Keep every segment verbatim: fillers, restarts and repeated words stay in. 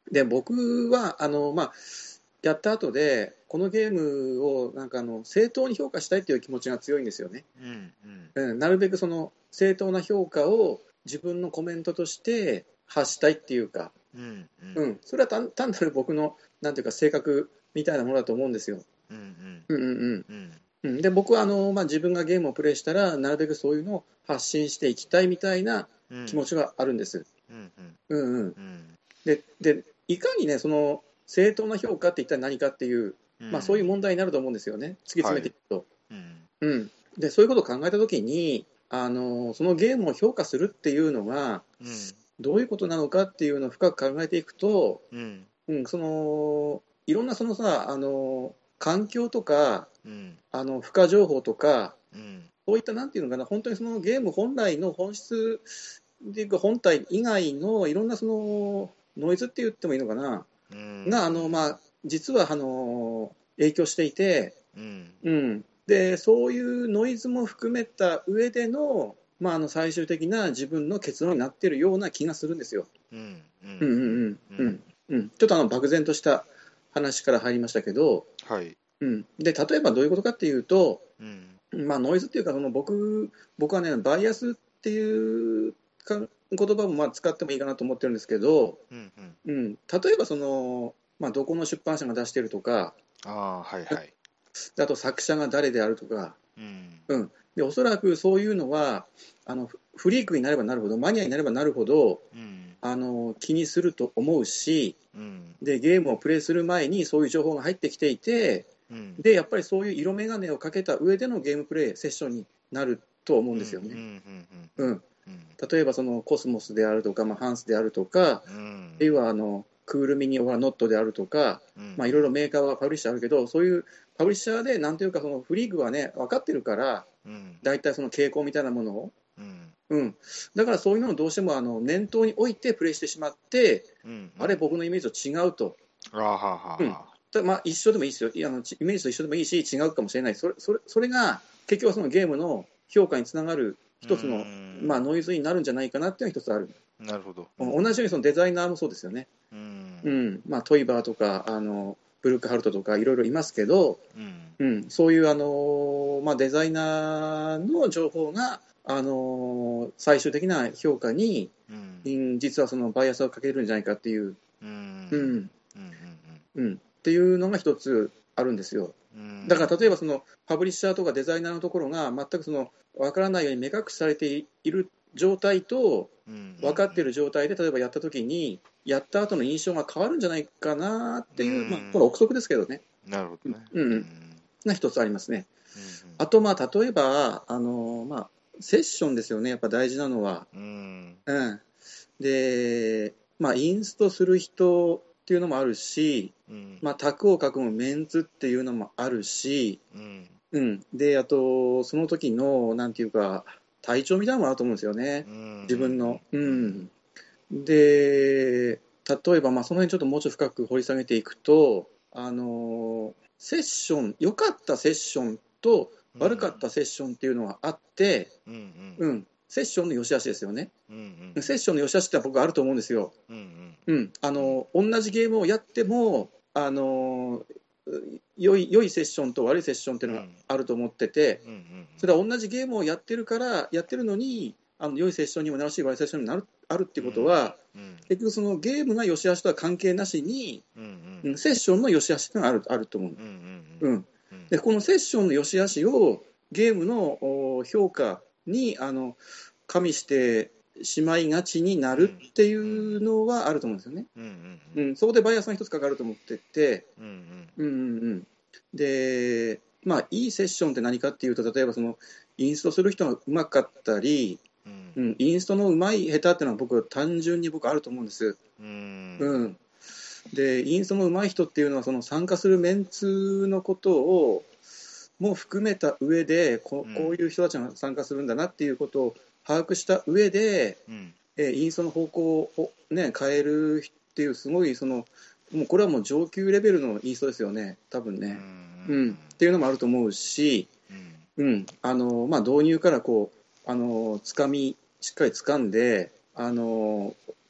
で僕はあの、まあ、やった後でこのゲームをなんかあの正当に評価したいっていう気持ちが強いんですよね、 うんうん、なるべくその正当な評価を自分のコメントとして発したいっていうか、 うんうんうんうん、それは単単なる僕のなんていうか性格みたいなものだと思うんですよ。 うんうんうんうんうんうん、で僕はあの、まあ、自分がゲームをプレイしたらなるべくそういうのを発信していきたいみたいなうん気持ちがあるんです。 うんうんうんうん、 うんででいかにねその正当な評価って一体何かっていう、まあ、そういううん問題になると思うんですよね、突き詰めていはいくと。 うんうん、でそういうことを考えた時にあのそのゲームを評価するっていうのがうんどういうことなのかっていうのを深く考えていくと、 うんうん、そのいろんなそのさあの環境とかうんあの付加情報とかうんそういったなんていうのかな本当にそのゲーム本来の本質っていうか本体以外のいろんなそのノイズって言ってもいいのかなうがあの、 んまあ、実はあの影響していて、 うんうん、でそういうノイズも含めた上での、まあ、あの最終的な自分の結論になっているような気がするんですよ。 うんうんうんうんうんうんうん、ちょっとあの漠然とした話から入りましたけど、 はいうん、で例えばどういうことかっていうと、 うんまあ、ノイズっていうかその僕僕はねバイアスっていうか言葉もまあ使ってもいいかなと思ってるんですけど、 うんうんうん、例えばその、まあ、どこの出版社が出してるとか、 ああはいはいあと作者が誰であるとか、 うんうん、でおそらくそういうのはあのフリークになればなるほどマニアになればなるほどうんあの気にすると思うし、 うんでゲームをプレイする前にそういう情報が入ってきていて、 うんでやっぱりそういう色眼鏡をかけた上でのゲームプレイセッションになると思ううんうんんですよね。 うんうんうん、例えばそのコスモスであるとか、まあ、ハンスであるとか、あうんるいはあのクールミニオアノットであるとか、 うんまあ、いろいろメーカーはパブリッシャーあるけど、そういうパブリッシャーでなんというかそのフリークはね分かってるから、 うん大体その傾向みたいなものを、 うんうん、だからそういうのをどうしてもあの念頭に置いてプレイしてしまって、 うんあれ僕のイメージと違うと、 あははうん、 はまあ、一緒でもいいですよ、いやあのイメージと一緒でもいいし違うかもしれない、それそれそれが結局はそのゲームの評価につながるう一つの、まあ、 んノイズになるんじゃないかなっていうのが一つある。 なるほど同じようにそのデザイナーもそうですよね、 うんうんまあ、トイバーとかあのブルックハルトとかいろいろいますけど、 うんうん、そういうあの、まあ、デザイナーの情報があの最終的な評価に、 うんうん、実はそのバイアスをかけるんじゃないかっていう、 うんうんうんうん、っていうのが一つあるんですよ。 うんだから例えばそのパブリッシャーとかデザイナーのところが全くその分からないように目隠しされている状態と分かっている状態で例えばやった時にやった後の印象が変わるんじゃないかなっていう、まあ、これ憶測ですけどね、 なるほどねうんうん、 うんが一つありますね。 うんあとまあ例えばあの、まあ、セッションですよね、やっぱ大事なのは。 うんうん、で、まあ、インストする人っていうのもあるし、 うんまあ、卓を囲むメンツっていうのもあるし、 うんうん、であとその時のなんていうか体調みたいなのもあると思うんですよね、 うん自分の。うん、で例えば、まあ、その辺ちょっともうちょっと深く掘り下げていくとあのセッション良かったセッションと悪かったセッションっていうのがあって、 うんうんうん、セッションの良し悪しですよね。 うんうんセッションの良し悪しって僕はあると思うんですよ。 うんうん、あの同じゲームをやってもあの良い良いセッションと悪いセッションっていうのがあると思ってて、 うんうんそれは同じゲームをやってるからやってるのにあの良いセッションにもなるし悪いセッションにもなるあるっていうことは、 うん結局そのゲームが良し悪しとは関係なしに、 うんうん、セッションの良し悪しっていうのがあるあると思う。 うんうん、でこのセッションの良し悪しをゲームのお評価にあの加味してしまいがちになるっていうのはあると思うんですよね。 うんうん、そこでバイアスが一つかかると思ってて、 うんうんうんうんうん、で、まあ、いいセッションって何かっていうと、例えばそのインストする人がうまかったり、 うんうん、インストのうまい下手っていうのは僕は単純に僕あると思うんです。 うんうん、でインストのうまい人っていうのはその参加するメンツのことをも含めた上で こ, うんこういう人たちが参加するんだなっていうことを把握した上で、 うんえインストの方向を、ね、変えるっていうすごいそのもうこれはもう上級レベルのインストですよね多分ね、 ううんん、っていうのもあると思うし、 うんうんあのまあ、導入からこうあのつかみしっかり掴んであの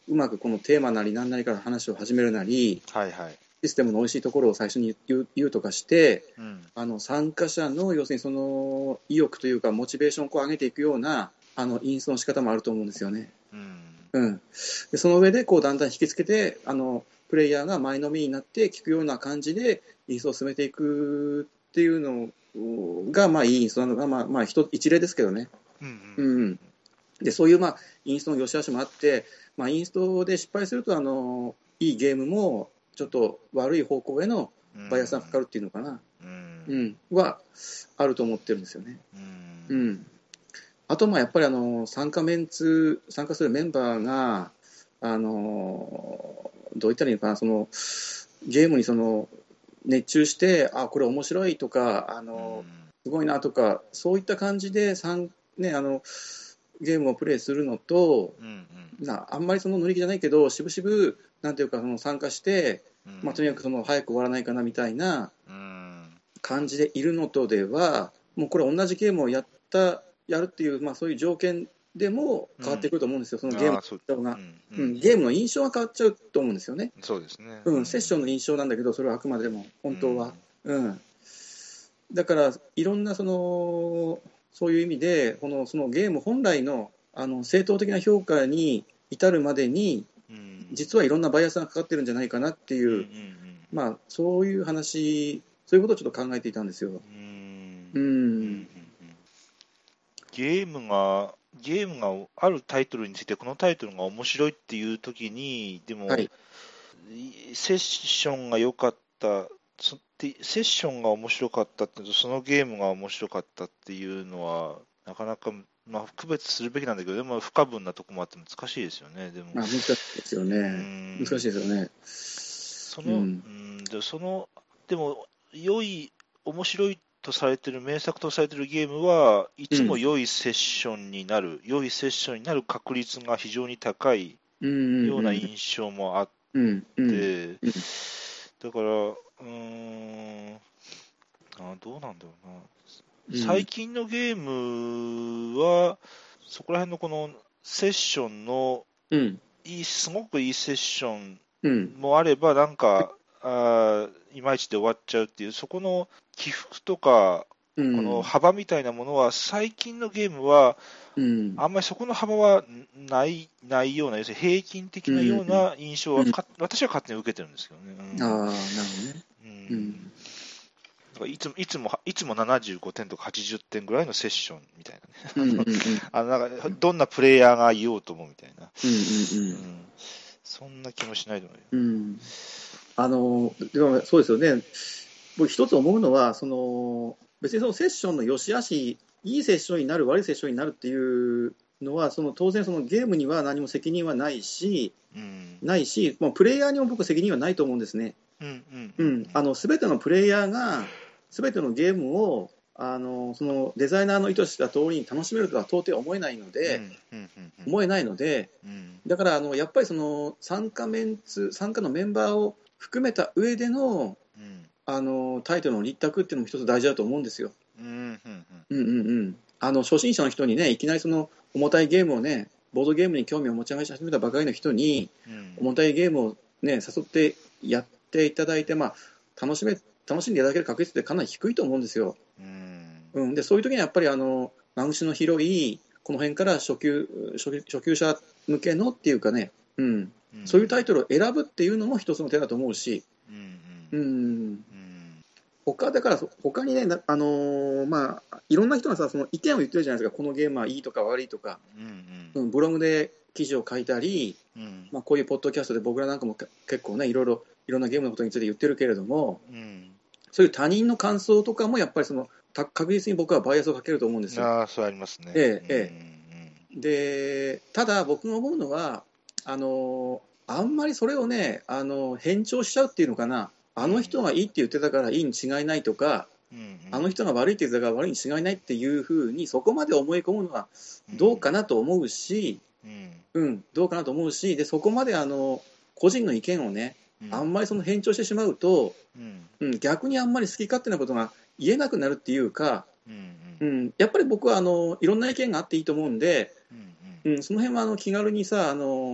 うまくこのテーマなり何なりから話を始めるなり、 はいはい、 システムの美味しいところを最初に言う、言うとかして、 うん、 あの参加者の要するにその意欲というかモチベーションをこう上げていくようなあのインストの仕方もあると思うんですよね。 うんうん、でその上でこうだんだん引きつけてあのプレイヤーが前のめりになって聞くような感じでインストを進めていくっていうのが、まあ、いいインストなのが、まあまあ、一, 一例ですけどね。 うんううんん、でそういう、まあ、インストの良し悪しもあって、まあ、インストで失敗するとあのいいゲームもちょっと悪い方向へのバイアスがかかるっていうのかな、 うんうん、はあると思ってるんですよね。 うんうん、あとまあやっぱりあの参加メンツ参加するメンバーがあのどういったらいいのかな、そのゲームにその熱中してあこれ面白いとかあのすごいなとかそういった感じでさん、ね、あのゲームをプレイするのと、 うんなあんまりその乗り気じゃないけどしぶしぶなんていうかその参加して、 うんまあ、とにかくその早く終わらないかなみたいなうん感じでいるのとではもうこれ同じゲームをやったやるっていう、まあ、そういう条件でも変わってくると思うんですよ、そのゲームあーそうのが、 うんううんん、ゲームの印象が変わっちゃうと思うんですよね、 そうですね、 うん、セッションの印象なんだけどそれはあくまでも本当は、うん、だからいろんなそのそういう意味でこのそのゲーム本来のあの正当的な評価に至るまでにうん実はいろんなバイアスがかかってるんじゃないかなっていう、 うんうんまあ、そういう話そういうことをちょっと考えていたんですよ。 うんううんんゲームがゲームがあるタイトルについてこのタイトルが面白いっていう時にでも、 はい、 セッションが良かったそってセッションが面白かったっていうとそのゲームが面白かったっていうのはなかなか、まあ、区別するべきなんだけどでも不可分なとこもあって難しいですよねでも、 まあ、難しいですよね、 うん難しいですよね。 その、 ううんん、でそのでも良い面白いとされてる名作とされてるゲームはいつも良いセッションになる、うん、良いセッションになる確率が非常に高いような印象もあって、 うんうんうん、 だからうーんあどうなんだろうな、うん、最近のゲームはそこら辺のこのセッションのいいすごくいいセッションもあればなんかあいまいちで終わっちゃうっていうそこの起伏とかこの幅みたいなものは最近のゲームはあんまりそこの幅はないないような要するに平均的なような印象はか、うん、私は勝手に受けてるんですけどね。うん、 ああなるほどね。 うん、だからいつもいつもいつもななじゅうごてんとかはちじゅってんぐらいのセッションみたいなね。あのなんかどんなプレイヤーが言おうと思うみたいな。うんうんうん、そんな気もしないでもない。 うんあのでもそうですよね。僕一つ思うのはその別にそのセッションの良し悪しいいセッションになる悪いセッションになるっていうのはその当然そのゲームには何も責任はないし、うん、ないしもうプレイヤーにも僕責任はないと思うんですね。うんうんうんうん、あの全てのプレイヤーが全てのゲームをあのそのデザイナーの意図した通りに楽しめるとは到底思えないので、うんうんうんうん、思えないので、うん、だからあのやっぱりその参加メンツ参加のメンバーを含めた上での、うん、あのタイトルの立卓っていうのも一つ大事だと思うんですよ。うんうんうんうんうん、あの初心者の人にねいきなりその重たいゲームをねボードゲームに興味を持ち始めたばかりの人に、うん、重たいゲームをね誘ってやっていただいて、まあ、楽しめ楽しんでいただける確率ってかなり低いと思うんですよ。うんうん、でそういう時にはやっぱりあの間口の広いこの辺から初級初初級者向けのっていうかね、うんうん、そういうタイトルを選ぶっていうのも一つの手だと思うし、うんうんうん他だから他にね、あのー、まあいろんな人がさその意見を言ってるじゃないですか。このゲームはいいとか悪いとか、うんうん、ブログで記事を書いたり、うんまあ、こういうポッドキャストで僕らなんかも結構ねいろいろいろんなゲームのことについて言ってるけれども、うん、そういう他人の感想とかもやっぱりその確実に僕はバイアスをかけると思うんですよ。 ああそうありますね。 ええええ、でただ僕が思うのはあのあんまりそれをねあの偏重しちゃうっていうのかな。あの人がいいって言ってたからいいに違いないとか、うんうん、あの人が悪いって言ってたから悪いに違いないっていうふうにそこまで思い込むのはどうかなと思うし、うんうん、どうかなと思うしでそこまであの個人の意見をね、うん、あんまりその偏重してしまうと、うんうん、逆にあんまり好き勝手なことが言えなくなるっていうか、うんうんうん、やっぱり僕はあのいろんな意見があっていいと思うんで、うんうんうん、その辺はあの気軽にさあの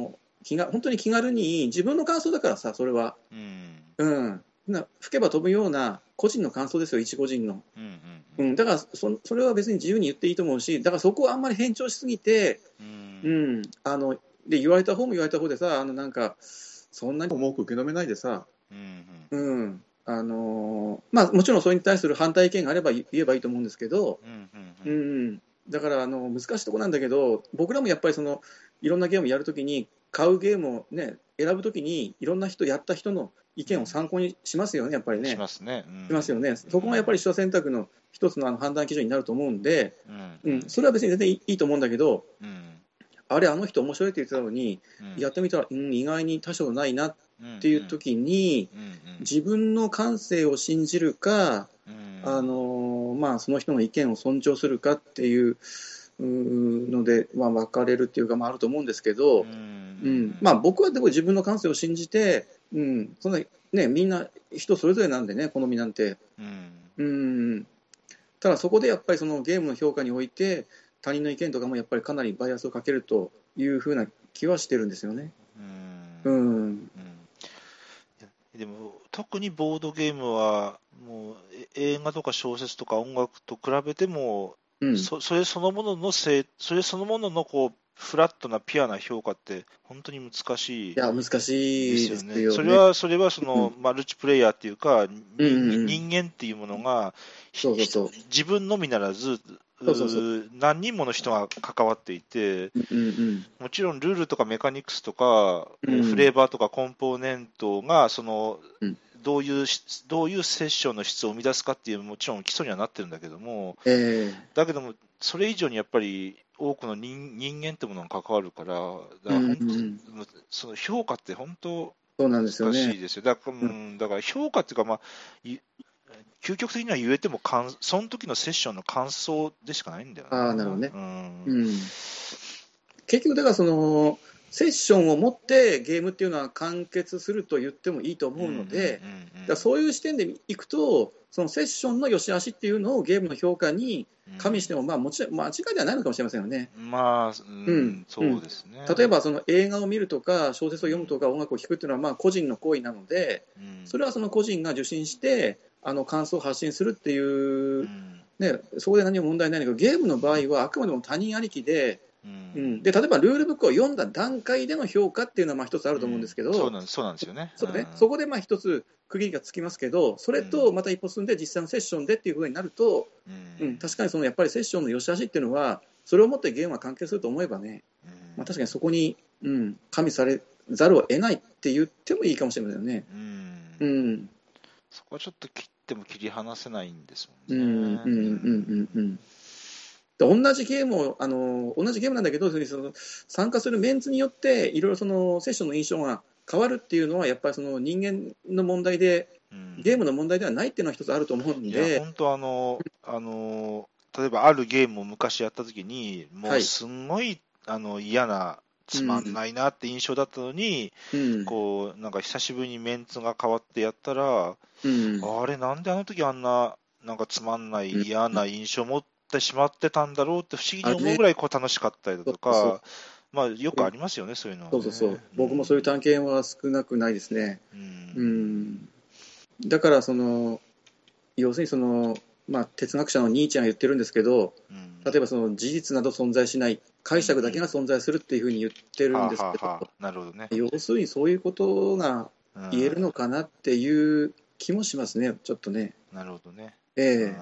気が本当に気軽に自分の感想だからさ、それは、 うんうん、な吹けば飛ぶような個人の感想ですよ、一個人の、 うんうんうん、だからそそれは別に自由に言っていいと思うし、だからそこをあんまり偏重しすぎて、 うんうん、あので言われた方も言われた方でさ、あのなんかそんなに重く受け止めないでさ、 うんうんあのーまあ、もちろんそれに対する反対意見があれば言えばいいと思うんですけど、 うんううんん、だからあの難しいところなんだけど、僕らもやっぱりそのいろんなゲームやるときに、買うゲームを、ね、選ぶときにいろんな人、やった人の意見を参考にしますよね、やっぱりね。 しますね。うんしますよね。そこがやっぱり取捨選択の一つのあの判断基準になると思うんで、 うんうん、それは別に全然いいと思うんだけど、 うんあれ、あの人面白いって言ってたのに、 うんやってみたら、うん、意外に多少ないなっていうときに、 うんうん自分の感性を信じるか、 うんあのまあ、その人の意見を尊重するかっていうので、まあ、分かれるっていうか、まあ、あると思うんですけど、 うんうんまあ、僕はでも自分の感性を信じて、うん、そんなね、みんな人それぞれなんでね、好みなんて。 うんうんただそこでやっぱりそのゲームの評価において他人の意見とかもやっぱりかなりバイアスをかけるというふうな気はしてるんですよね。 ううんんうんでも特にボードゲームはもうえ映画とか小説とか音楽と比べても、 うんそそれそのもののせいそれそのもののこうフラットなピュアな評価って本当に難しいいや難しいですよね。 それはそれはその、 うマルチプレイヤーっていうか、にうんうんうん人間っていうものがひそうそうそう自分のみならずそうそうそうう何人もの人が関わっていて、 うんうんもちろんルールとかメカニクスとか、 うんフレーバーとかコンポーネントがその、 うんどういうしどういうセッションの質を生み出すかっていうもちろん基礎にはなってるんだけども、 えだけどもそれ以上にやっぱり多くの人人間ってものが関わるから、だから本当、 うんうんうんその評価って本当そうなんですよね。 難しいですよ。だから、うん、だから評価っていうか、まあ、い究極的には言えても感、その時のセッションの感想でしかないんだよね。 ああなるほどね。 うんうん結局だからそのセッションを持ってゲームっていうのは完結すると言ってもいいと思うので、 うんうんうんうんだからそういう視点でいくとそのセッションの良し悪しっていうのをゲームの評価に加味しても、まあもちろん間違いではないのかもしれませんよね。 まあ、うんうんそうですね。 例えばその映画を見るとか小説を読むとか音楽を聴くっていうのはまあ個人の行為なので、 うんそれはその個人が受信してあの感想を発信するっていうう、 んね、そこで何も問題ないんだけど、ゲームの場合はあくまでも他人ありきで、 ううんん、で例えばルールブックを読んだ段階での評価っていうのはまあ一つあると思うんですけど、 そうなんそうなんですよね。 そうね、 んそこでまあ一つ区切りがつきますけど、それとまた一歩進んで実際のセッションでっていうことになると、 うんうん、確かにそのやっぱりセッションの良し悪しっていうのはそれをもってゲームは関係すると思えばね、 うんまあ、確かにそこに、うん、加味されざるを得ないって言ってもいいかもしれませんよね。 うんうんそこはちょっと切っても切り離せないんですうもんね。 んうんうんうんうんで同じゲームをあの同じゲームなんだけど、その参加するメンツによっていろいろそのセッションの印象が変わるっていうのはやっぱりその人間の問題でうんゲームの問題ではないっていうのは一つあると思うんいや、 で、 本当あの、あの、例えばあるゲームを昔やったときに、もはいうすんごい、あの嫌な、つまんないなって印象だったのに、 うんこう、なんか久しぶりにメンツが変わってやったら、 うんあれ、なんであの時あんな、なんかつまんない嫌な印象を持ってしまってたんだろうって不思議に思うぐらいこう楽しかったりだとそうそうか、まあよくありますよね、そういうのは、ね。 そうそうそう、僕もそういう体験は少なくないですね。 う。 うんんだからその要するにその、まあ、哲学者のニーチェが言ってるんですけど、 うん例えばその事実など存在しない、解釈だけが存在するっていうふうに言ってるんですけど、 はあはあはあなるほどね。 要するにそういうことがうん言えるのかなっていう気もしますね、ちょっとね。 なるほどね。 ええうん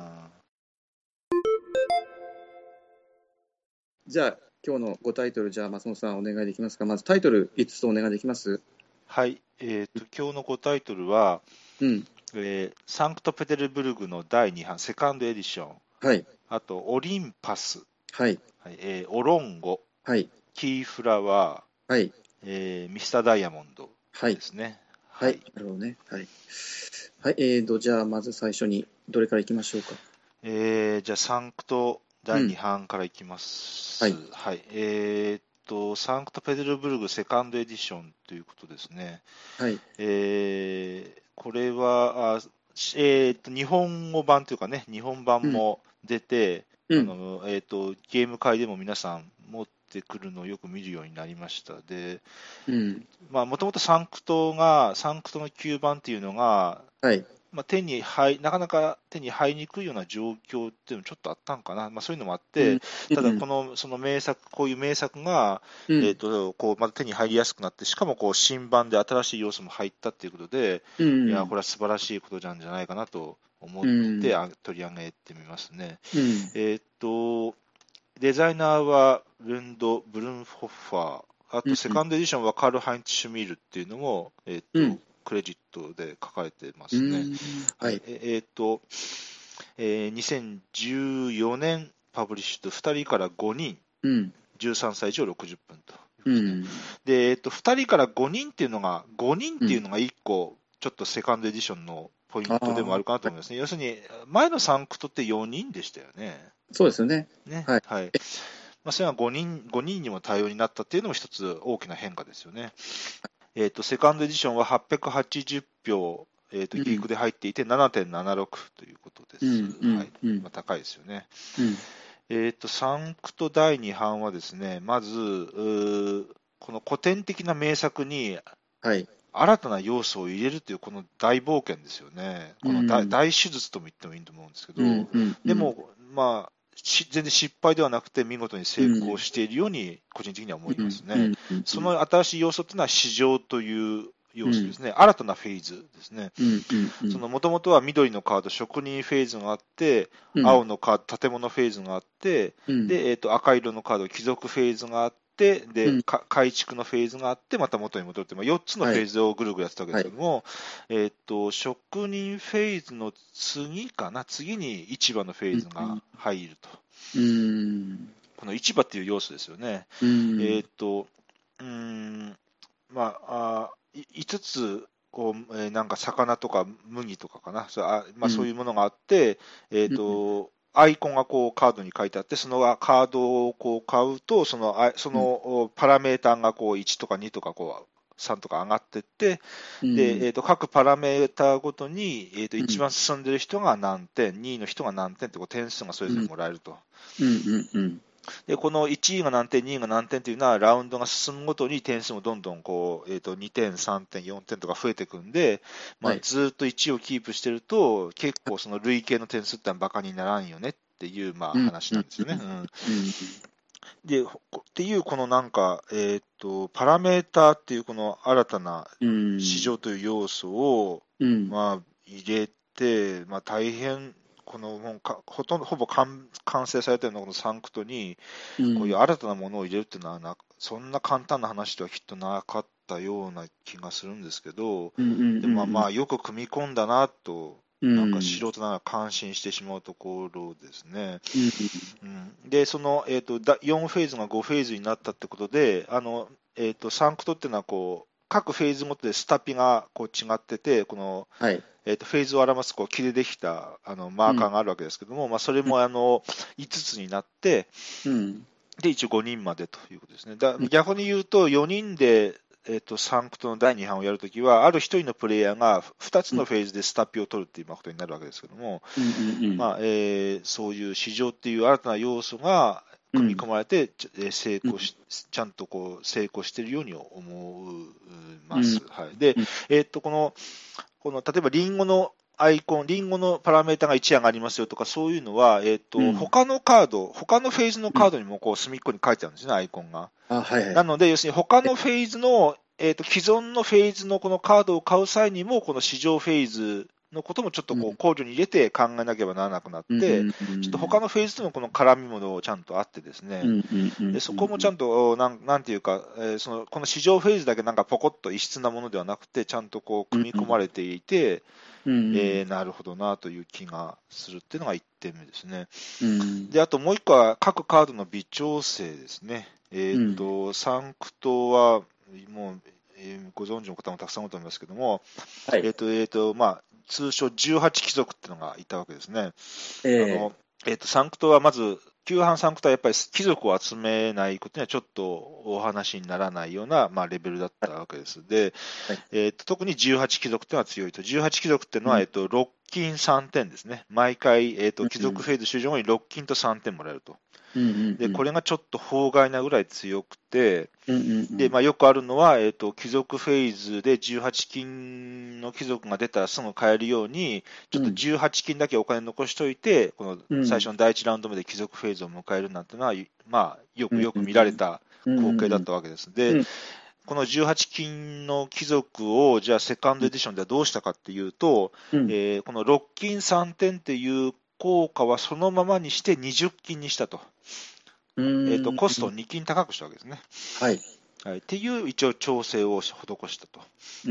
じゃあ今日のごタイトル、じゃあ松本さんお願いできますか。まずタイトルいつつお願いできます。 はい、えーと、今日のごタイトルは、 うんえーサンクトペテルブルグのだいに版、セカンドエディション、 はいあと、オリンパス、 はいはいえーオロンゴ、 はいキーフラワー、 はいえーミスターダイヤモンドはいですね。 はい、なるほどね。はい。はい、えーと、じゃあ、まず最初に、どれからいきましょうか。 えーじゃあ、サンクトだいに版からいきます。 はいはい。えーっと、サンクトペテルブルグセカンドエディションということですね。 はい。 えーこれは、あえーっと、日本語版というかね、日本版も出て、 うんあのえーっと、ゲーム界でも皆さん持ってくるのをよく見るようになりました。で、 うん。 もともとサンクトが、サンクトの吸盤っていうのが、 はい。 まあ、手に入なかなか手に入りにくいような状況っていうのもちょっとあったんかな、まあ、そういうのもあっうて、 ん。 ただ、この、 のその名作、こういう名作が、 うん。 えー、とこうまた手に入りやすくなって、しかもこう新版で新しい要素も入ったっていうことで、 うん。 いや、これは素晴らしいことなんじゃないかなと思っうん。 てあ取り上げてみますね。 うん。 えー、とデザイナーはルンド・ブルンホッファー、あとセカンドエディションはカール・ハインツ・シュミールっていうのも、えーとうん。 クレジットで書かれてまうすね。 ん。 はい、 はい。 ええーと、えーにせんじゅうよねんパブリッシュとふたりからごにん、 うん。 じゅうさんさい以上ろくじゅっぷんということうですね。 ん。 で、えーと、ふたりからごにんっていうのが、ごにんっうん。 ていうのがいっこ、ちょっとセカンドエディションのポインあトでもあるかなとあ、 思いますね。要するに、前のサンクトってよにんでしたよね。 そうですよね。 ね。 はい。 はい。まあ、それがごにん、ごにんにも対応になったっていうのも一つ大きな変化ですよね。えっ、と、セカンドエディションははっぴゃくはちじゅう票、えっ、と、 うん。 ギークで入っていて ななてんななろく ということでうす。 ん。うはい。 ん。うん。 まあ、高いですよね。 うん。 えっ、と、サンクトだいに版はですね、まず、うーこの古典的な名作にはい。 新たな要素を入れるというこの大冒険ですよね。 うこの大、 ん。 大手術とも言ってもいいと思うんですけど、 うん。うん。うん。 でも、まあ、し全然失敗ではなくて見事に成功しているように個人的には思いますね。 うん。うん。 その新しい要素というのは市場といううん。 要素ですね。新たなフェーズですね。 うん。うん。 その元々は緑のカード、職人フェーズがあって、 うん。 青のカード、建物フェーズがあって、 うん。 で、えっと、赤色のカード、貴族フェーズがあって、で、 うん。 か改築のフェーズがあって、また元に戻るって、まあ、よっつのフはい。 ェーズをぐるぐるやってたわけではい。 すけども、えっと、職人フェーズの次かな、次に市場のフェうん。 ーズが入ると。 うん。 この市場っていう要素ですよね。 うん。 えっと、うーん、まあ、あいいつつ、こう、えーなんか魚とか麦とかかな、そうあまあ、そういうものがあって、えっと、アイコンがこうカードに書いてあって、そのカードをこう買うと、そのあそのおパラメーターがこういちとかにとかこうさんとか上がっていって、 うん。 で、えー、と各パラメーターごとに、えー、とうん。 一番進んでる人が何点、にいの人が何点ってこう点数がそれぞれもらえると。 うん。うん。 で、このいちいが何点、にいが何点というのは、ラウンドが進むごとに点数もどんどんこう、えー、とにてん、さんてん、よんてんとか増えていくんで、まあ、 はい。 ずっといちいをキープしてると、結構その累計の点数ってのはバカにならんよねっていう、まあ、 うん。 話うん。 なんですよね。うん、 うん。 で、ほっていう、このなんか、えっ、と、パラメーターっていうこの新たなうん。 市場という要素を、 うん。 まあ、入れて、まあ、大変、このもうかほとんどほぼ完完成されたようなこのサンクトに、 うん。 こういう新たなものを入れるっていうのはな、そんな簡単な話ではきっとなかったような気がするんですけど、 うん。 でもまあまあ、よく組み込んだなと、 うん。 なんか素人ながら感心してしまうところですね。 うん。 うん、で、その、えーと、だよんフェーズがごフェーズになったってことで、あのえーと、サンクトっていうのはこう、各フェーズごとでスタピがこう違ってて、このはい。 えー、とフェーズを表すこう木でできたあのマーカーがあるわけですけども、まあ、それもあのいつつになって、 うん。 で一応ごにんまでということですね。だ逆に言うと、よにんで、えー、とサンクトのだいに版をやるときは、あるひとりのプレイヤーがふたつのフェーズでスタピを取るっていうことになるわけですけども、 うん。うん。 まあえーそういう市場っていう新たな要素が組み込まれて、ちえー成功しちゃんとこう成功しているように思います。はい、で、えー、とこのこの例えばリンゴのアイコン、リンゴのパラメータがいち上がりますよとか、そういうのは、えーとうん、 他のカード、他のフェーズのカードにもこう隅っこに書いてあるんですね、アイコンが。 あ、はいはい。 なので、要するに他のフェーズの、えーと既存のフェーズのこのカードを買う際にも、この市場フェーズのこともちょっとこう考慮に入れて考えなければならなくなって、 うん。 ちょっと他のフェーズとのこの絡みもちゃんとあってですね、 うん。 でそこもちゃんと、なん、なんていうか、えーそのこの市場フェーズだけなんかポコッと異質なものではなくて、ちゃんとこう組み込まれていて、 うん。 えーなるほどなという気がするっていうのがいってんめですね。 うん。 で、あともういっこは各カードの微調整ですね。えっ、と、サンクトは、もう、えーご存知の方もたくさんいると思いますけども、 はい。 えっ、と、えっ、と、まあ、通称じゅうはち貴族っていうのがいたわけですね。 えー、 あの、えっ、と、サンクトはまず、旧版サンクトはやっぱり貴族を集めないことにはちょっとお話にならないような、まあ、レベルだったわけです。で、 はい、 えーと、特にじゅうはち貴族っていうのは強いと。じゅうはち貴族っていうのは、 うん、 えっと、ロッキンさんてんですね。毎回、えっと、 うん、 貴族フェーズ終了後にロッキンとさんてんもらえると。 うんうんうん、 でこれがちょっと法外なぐらい強くて、 うんうんうん、 でまあ、よくあるのは、えーと、貴族フェーズでじゅうはち金の貴族が出たらすぐ買えるように、ちょっとじゅうはち金だけお金残しといて、この最初のだいいちラウンド目で貴族フェーズを迎えるなんてのは、まあ、よくよく見られた光景だったわけです。で、このじゅうはち金の貴族を、じゃあセカンドエディションではどうしたかっていうと、うん、えー、このろく金さんてんっていう効果はそのままにしてにじゅう金にしたと。えー、とコストをに金高くしたわけですね。 はい。 はい、っていう一応調整を施したと。 うん、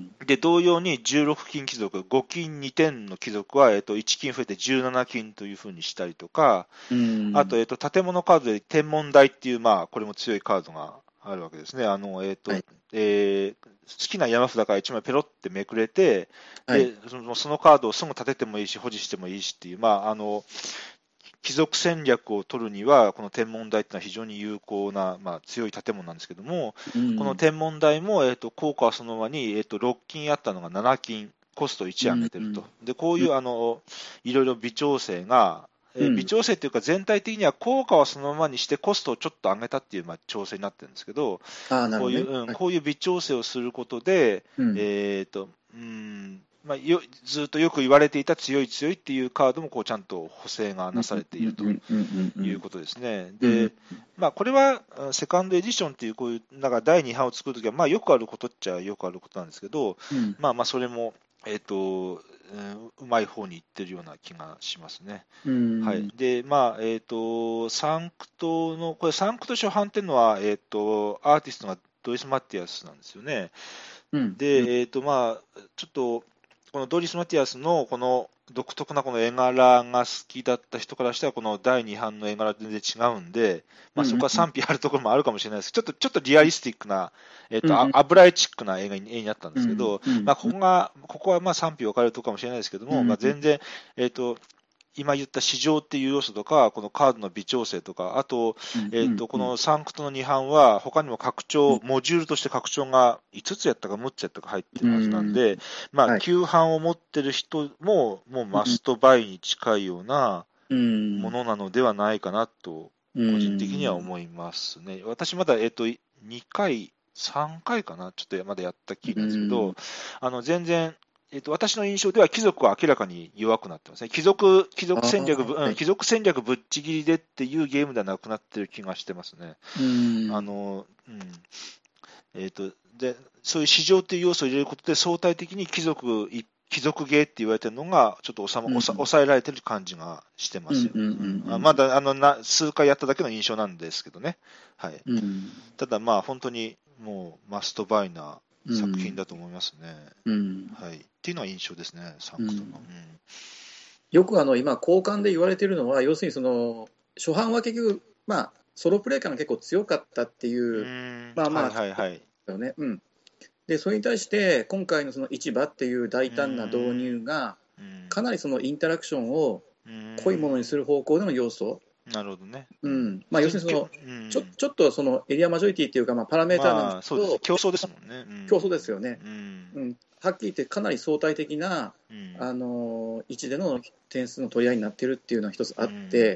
で同様にじゅうろく金貴族、ご金にてんの貴族は、えー、といち金増えてじゅうなな金というふうにしたりとか、うん、あと、えー、と建物カードで天文台っていう、まあ、これも強いカードがあるわけですね。あのえーとはい、えー、好きな山札からいちまいペロってめくれて、はい、でそのそのカードをすぐ立ててもいいし保持してもいいしっていう、まあ、あの貴族戦略を取るには、この天文台っていうのは非常に有効な、まあ、強い建物なんですけども、うん、この天文台も、えーと、効果はそのままに、えーと、ろく金あったのがなな金、コストいち上げてると。うん、でこういう、うん、あのいろいろ微調整が、えー、微調整というか全体的には効果はそのままにしてコストをちょっと上げたっていう、まあ、調整になってるんですけど、 あ、なるほどね、 こういう、うん、こういう微調整をすることで、うん、えーとうんまあ、よずっとよく言われていた強い強いっていうカードもこうちゃんと補正がなされているということですね。で、まあ、これはセカンドエディションっていうこういうなんかだいに版を作るときはまあよくあることっちゃよくあることなんですけど、うん、まあまあそれも、えーとうん、うまい方にいってるような気がしますね。はい、でまあえーとサンクトのこれサンクト初版っていうのは、えーとアーティストがドイス・マティアスなんですよね。うん、で、えーとまあ、ちょっとこのドリス・マティアスのこの独特なこの絵柄が好きだった人からしてはこのだいに版の絵柄は全然違うんで、まあ、そこは賛否あるところもあるかもしれないですけど、ちょっとちょっとリアリスティックな、えーとうんうん、油絵チックな絵が絵になったんですけど、うんうん、まあ、ここがここはまあ賛否分かれるところかもしれないですけども、うんうん、まあ、全然、えーと今言った市場っていう要素とか、このカードの微調整とか、あと、えーとこのサンクトのに版は、他にも拡張、モジュールとして拡張がいつつやったかむっつやったか入ってるはずなんで、まあ、きゅう版を持ってる人も、もうマストバイに近いようなものなのではないかなと、個人的には思いますね。私まだ、えーとにかい、さんかいかな、ちょっとまだやった気なんですけど、あの全然、えっと、私の印象では貴族は明らかに弱くなってますね。貴族、貴族戦略、うん、貴族戦略ぶっちぎりでっていうゲームではなくなってる気がしてますね。あの、うん。えっと、で、そういう市場っていう要素を入れることで相対的に貴族、貴族ゲーって言われてるのがちょっと抑、うん、抑えられてる感じがしてますよ。まだあのな数回やっただけの印象なんですけどね。はい。うん、ただまあ本当にもうマストバイな作品だと思いますね。うん、はい。っていうのは印象ですね、サンクトの。うん、 よくあの今、交換で言われているのは、要するにその初版は結局、まあ、ソロプレイ感が結構強かったっていう、 うんまあまあ、 はいはいはい。 ね、うん。で、それに対して、今回のその市場っていう大胆な導入が、かなりそのインタラクションを濃いものにする方向での要素。 なるほどね。 うん。まあ、要するにその、うん、ちょ、ちょっとそのエリアマジョリティっていうか、まあ、パラメーターなんですけど、まあ、そうです。 競争ですもんね。 うん、競争ですよね。うん。うん、はっきり言って、かなり相対的な、うん、あの、位置での点数の取り合いになってるっていうのは一つあって、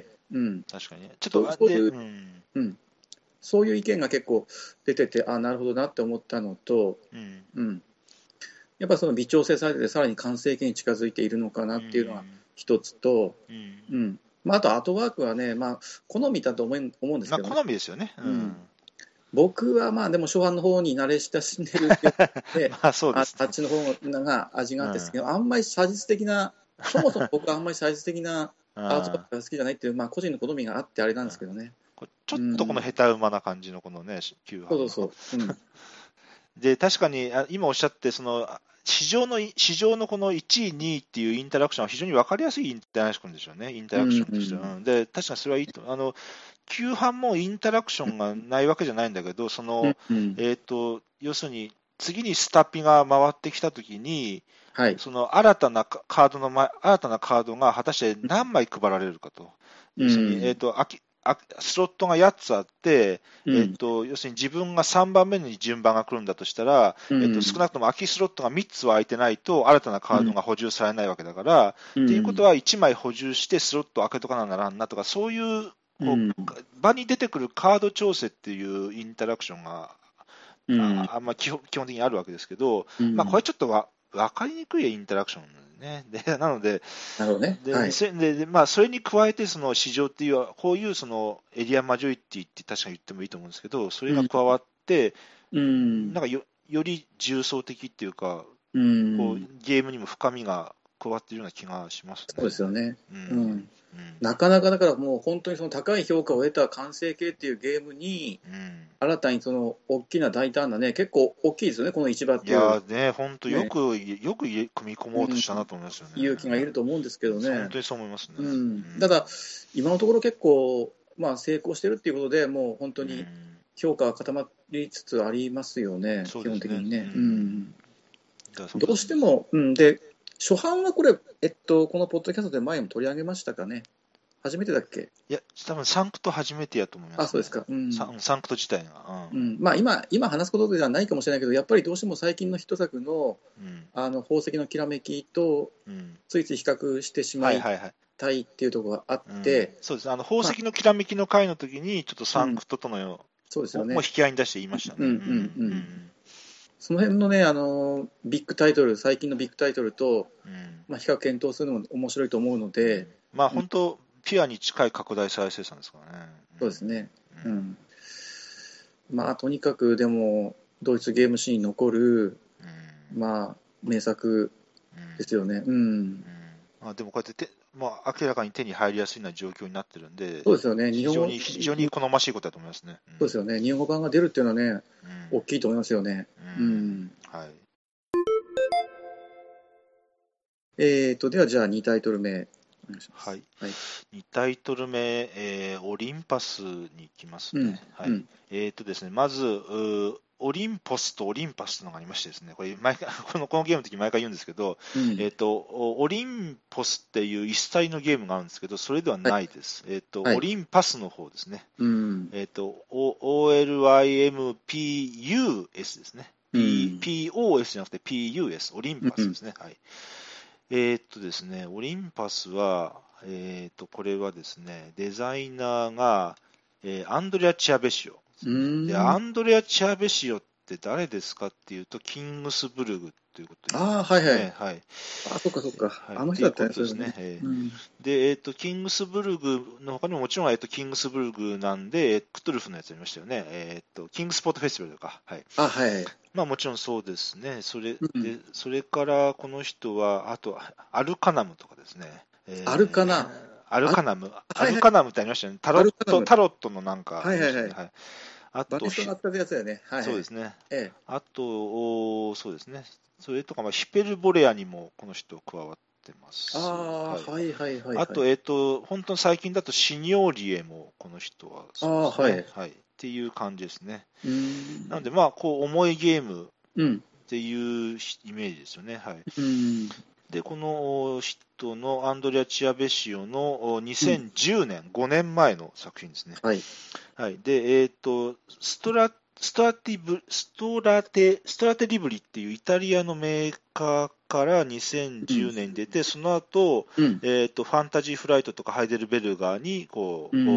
うん。うん、 確かにね。ちょっと、 そういう、うん、うん。そういう意見が結構出てて、あ、なるほどなって思ったのと、うんうん、やっぱその微調整されててさらに完成形に近づいているのかなっていうのは一つと、うんうんまあ、あとアートワークはね、まあ、好みだと思うんですけど、ね、 まあ、好みですよね、うんうん、 僕はまあでも初版の方に慣れ親しんでるでまあそうです、ね、 あ, あっちの方が味があってですけど、うん、あんまり写実的なそもそも僕はあんまり写実的なアートワークが好きじゃないっていう、まあ、個人の好みがあってあれなんですけどね、 ちょっとこの下手馬な感じのこのね、きゅう版そうそうそう、うん、 で確かに今おっしゃってその市場の市場のこのいちいにいっていうインタラクションは非常に分かりやすいインタラクションですよね、インタラクションとしては、うんうん、で確かにそれはいいとあのきゅう版もインタラクションがないわけじゃないんだけどその、うんうん、えーと、要するに次にスタピが回ってきたときに、はい、その新たなカードの新たなカードが果たして何枚配られるかと、うん、要するに、えーとあきスロットがやっつあって、うんえー、と要するに自分がさんばんめに順番が来るんだとしたら、うんえー、と少なくとも空きスロットがみっつは空いてないと新たなカードが補充されないわけだから、うん、っていうことはいちまい補充してスロットを開けとかなならんなとかそういうこう、うん、場に出てくるカード調整っていうインタラクションが、うん、あ, あんま基本、基本的にあるわけですけど、うん、まあ、これちょっとわ分かりにくいインタラクションね。でなので、 なるほどね。 で、 はい、 それでまあ、それに加えて、その市場っていう、こういうそのエリアマジョリティって確かに言ってもいいと思うんですけど、それが加わって、うん、なんか よ, より重層的っていうか、うん、こうゲームにも深みが加わっているような気がしますね。 そうですよね。うんうんうんなかなかだからもう本当にその高い評価を得た完成形っていうゲームに、うん、新たにその大きな大胆なね、結構大きいですよね、この市場っていう。 いやね、本当よく、ね、よく組み込もうとしたなと思いますよね、 うん。勇気がいると思うんですけどね。 本当にそう思いますね。 うん、ただ、今のところ結構、まあ、成功してるっていうことで、もう本当に評価が固まりつつありますよね、うん、基本的にね。うん、どうしても、うん、で、初版はこれ、えっと、このポッドキャストで前も取り上げましたかね。初めてだっけ？ いや、多分サンクト初めてやと思います、ね。 あ、そうですか。うん、 サ, サンクト自体が。 うんうん、まあ今、今話すことではないかもしれないけど、やっぱりどうしても最近のヒット作の、うん、あの宝石のきらめきと、ついつい比較してしまいたいっていうところがあって、 うん、そうです。あの宝石のきらめきの回の時に、ちょっとサンクトとのよう、うん、 そうですよね。 もう引き合いに出して言いましたね。うんうんうんうん。その辺のね、あのビッグタイトル、最近のビッグタイトルと、うんまあ、比較検討するのも面白いと思うので、うん、 まあ本当、うん、ピュアに近い拡大再生産ですからね。 そうですね。うん。うん、まあとにかくでもドイツゲームシーンに残る、うん、まあ名作ですよね。うん。うん、 まあでもこうやってて、まあ、明らかに手に入りやすいような状況になってるんで、 そうですよね。 非常に非常に好ましいことだと思いますね。 うん、そうですよね。日本語版が出るっていうのはね、うん、大きいと思いますよね。うん。うん、はい。えーと、ではじゃあにタイトル目。 はい、はい、にタイトル目、えー、オリンパスに行きますね。うんはいうん、えーとですねまず、オリンポスとオリンパスというのがありましてですね、これ毎回このこのゲームの時毎回言うんですけど、うんえーと、オリンポスっていう一体のゲームがあるんですけど、それではないです。はいえーとはい、オリンパスの方ですね。うんえーと、オーエルワイエムピーユーエス ですね。うん、ピーオーエス じゃなくて ピーユーエス、オリンパスですね。うん、はいえーっとですね、オリンパスは、えーっと、これはですね、デザイナーが、えーアンドレア・チアベシオ。で、アンドレア・チアベシオって誰ですかっていうと、キングスブルグということですね。 ああ、はいはい。 はい。 あ、そっかそっか。 はい、 あの人だったんですね。えーうん、で、えーっと、キングスブルグの他にももちろん、えーっと、キングスブルグなんで、クトゥルフのやつありましたよね。えーっと、キングスポートフェスティバルとか。はい。 あ、はい。 まあもちろんそうですね。それで、うん、それからこの人は、あと、アルカナムとかですね。 えー、アルカナアルカナム。アルカナムってありましたよね。タロット、タロットのなんか、 はいはいはい。 はい、 あと、バテストが使ったやつだよね。はい、はい。 そうですね。 ええ、 あと、そうですね。それとか、まあ、ヒペルボレアにもこの人加わってます。 ああ、はい、はいはいはい。 あと、えっ、ー、と、本当に最近だとシニョーリエもこの人はそうですね。あはい。はい。っていう感じですね。うんなので、まあ、こう、重いゲームっていうイメージですよね。はい。うんで、この人のアンドレア・チアベシオのにせんじゅうねん、うん、ごねんまえの作品ですね。はい。はい、で、えっ、ー、と、ストラ、ストラティブ、ストラテ、ストラテリブリっていうイタリアのメーカーからにせんじゅうねんに出て、うん、その後、うん、えっ、ー、と、ファンタジーフライトとかハイデルベルガーに、こう、うん、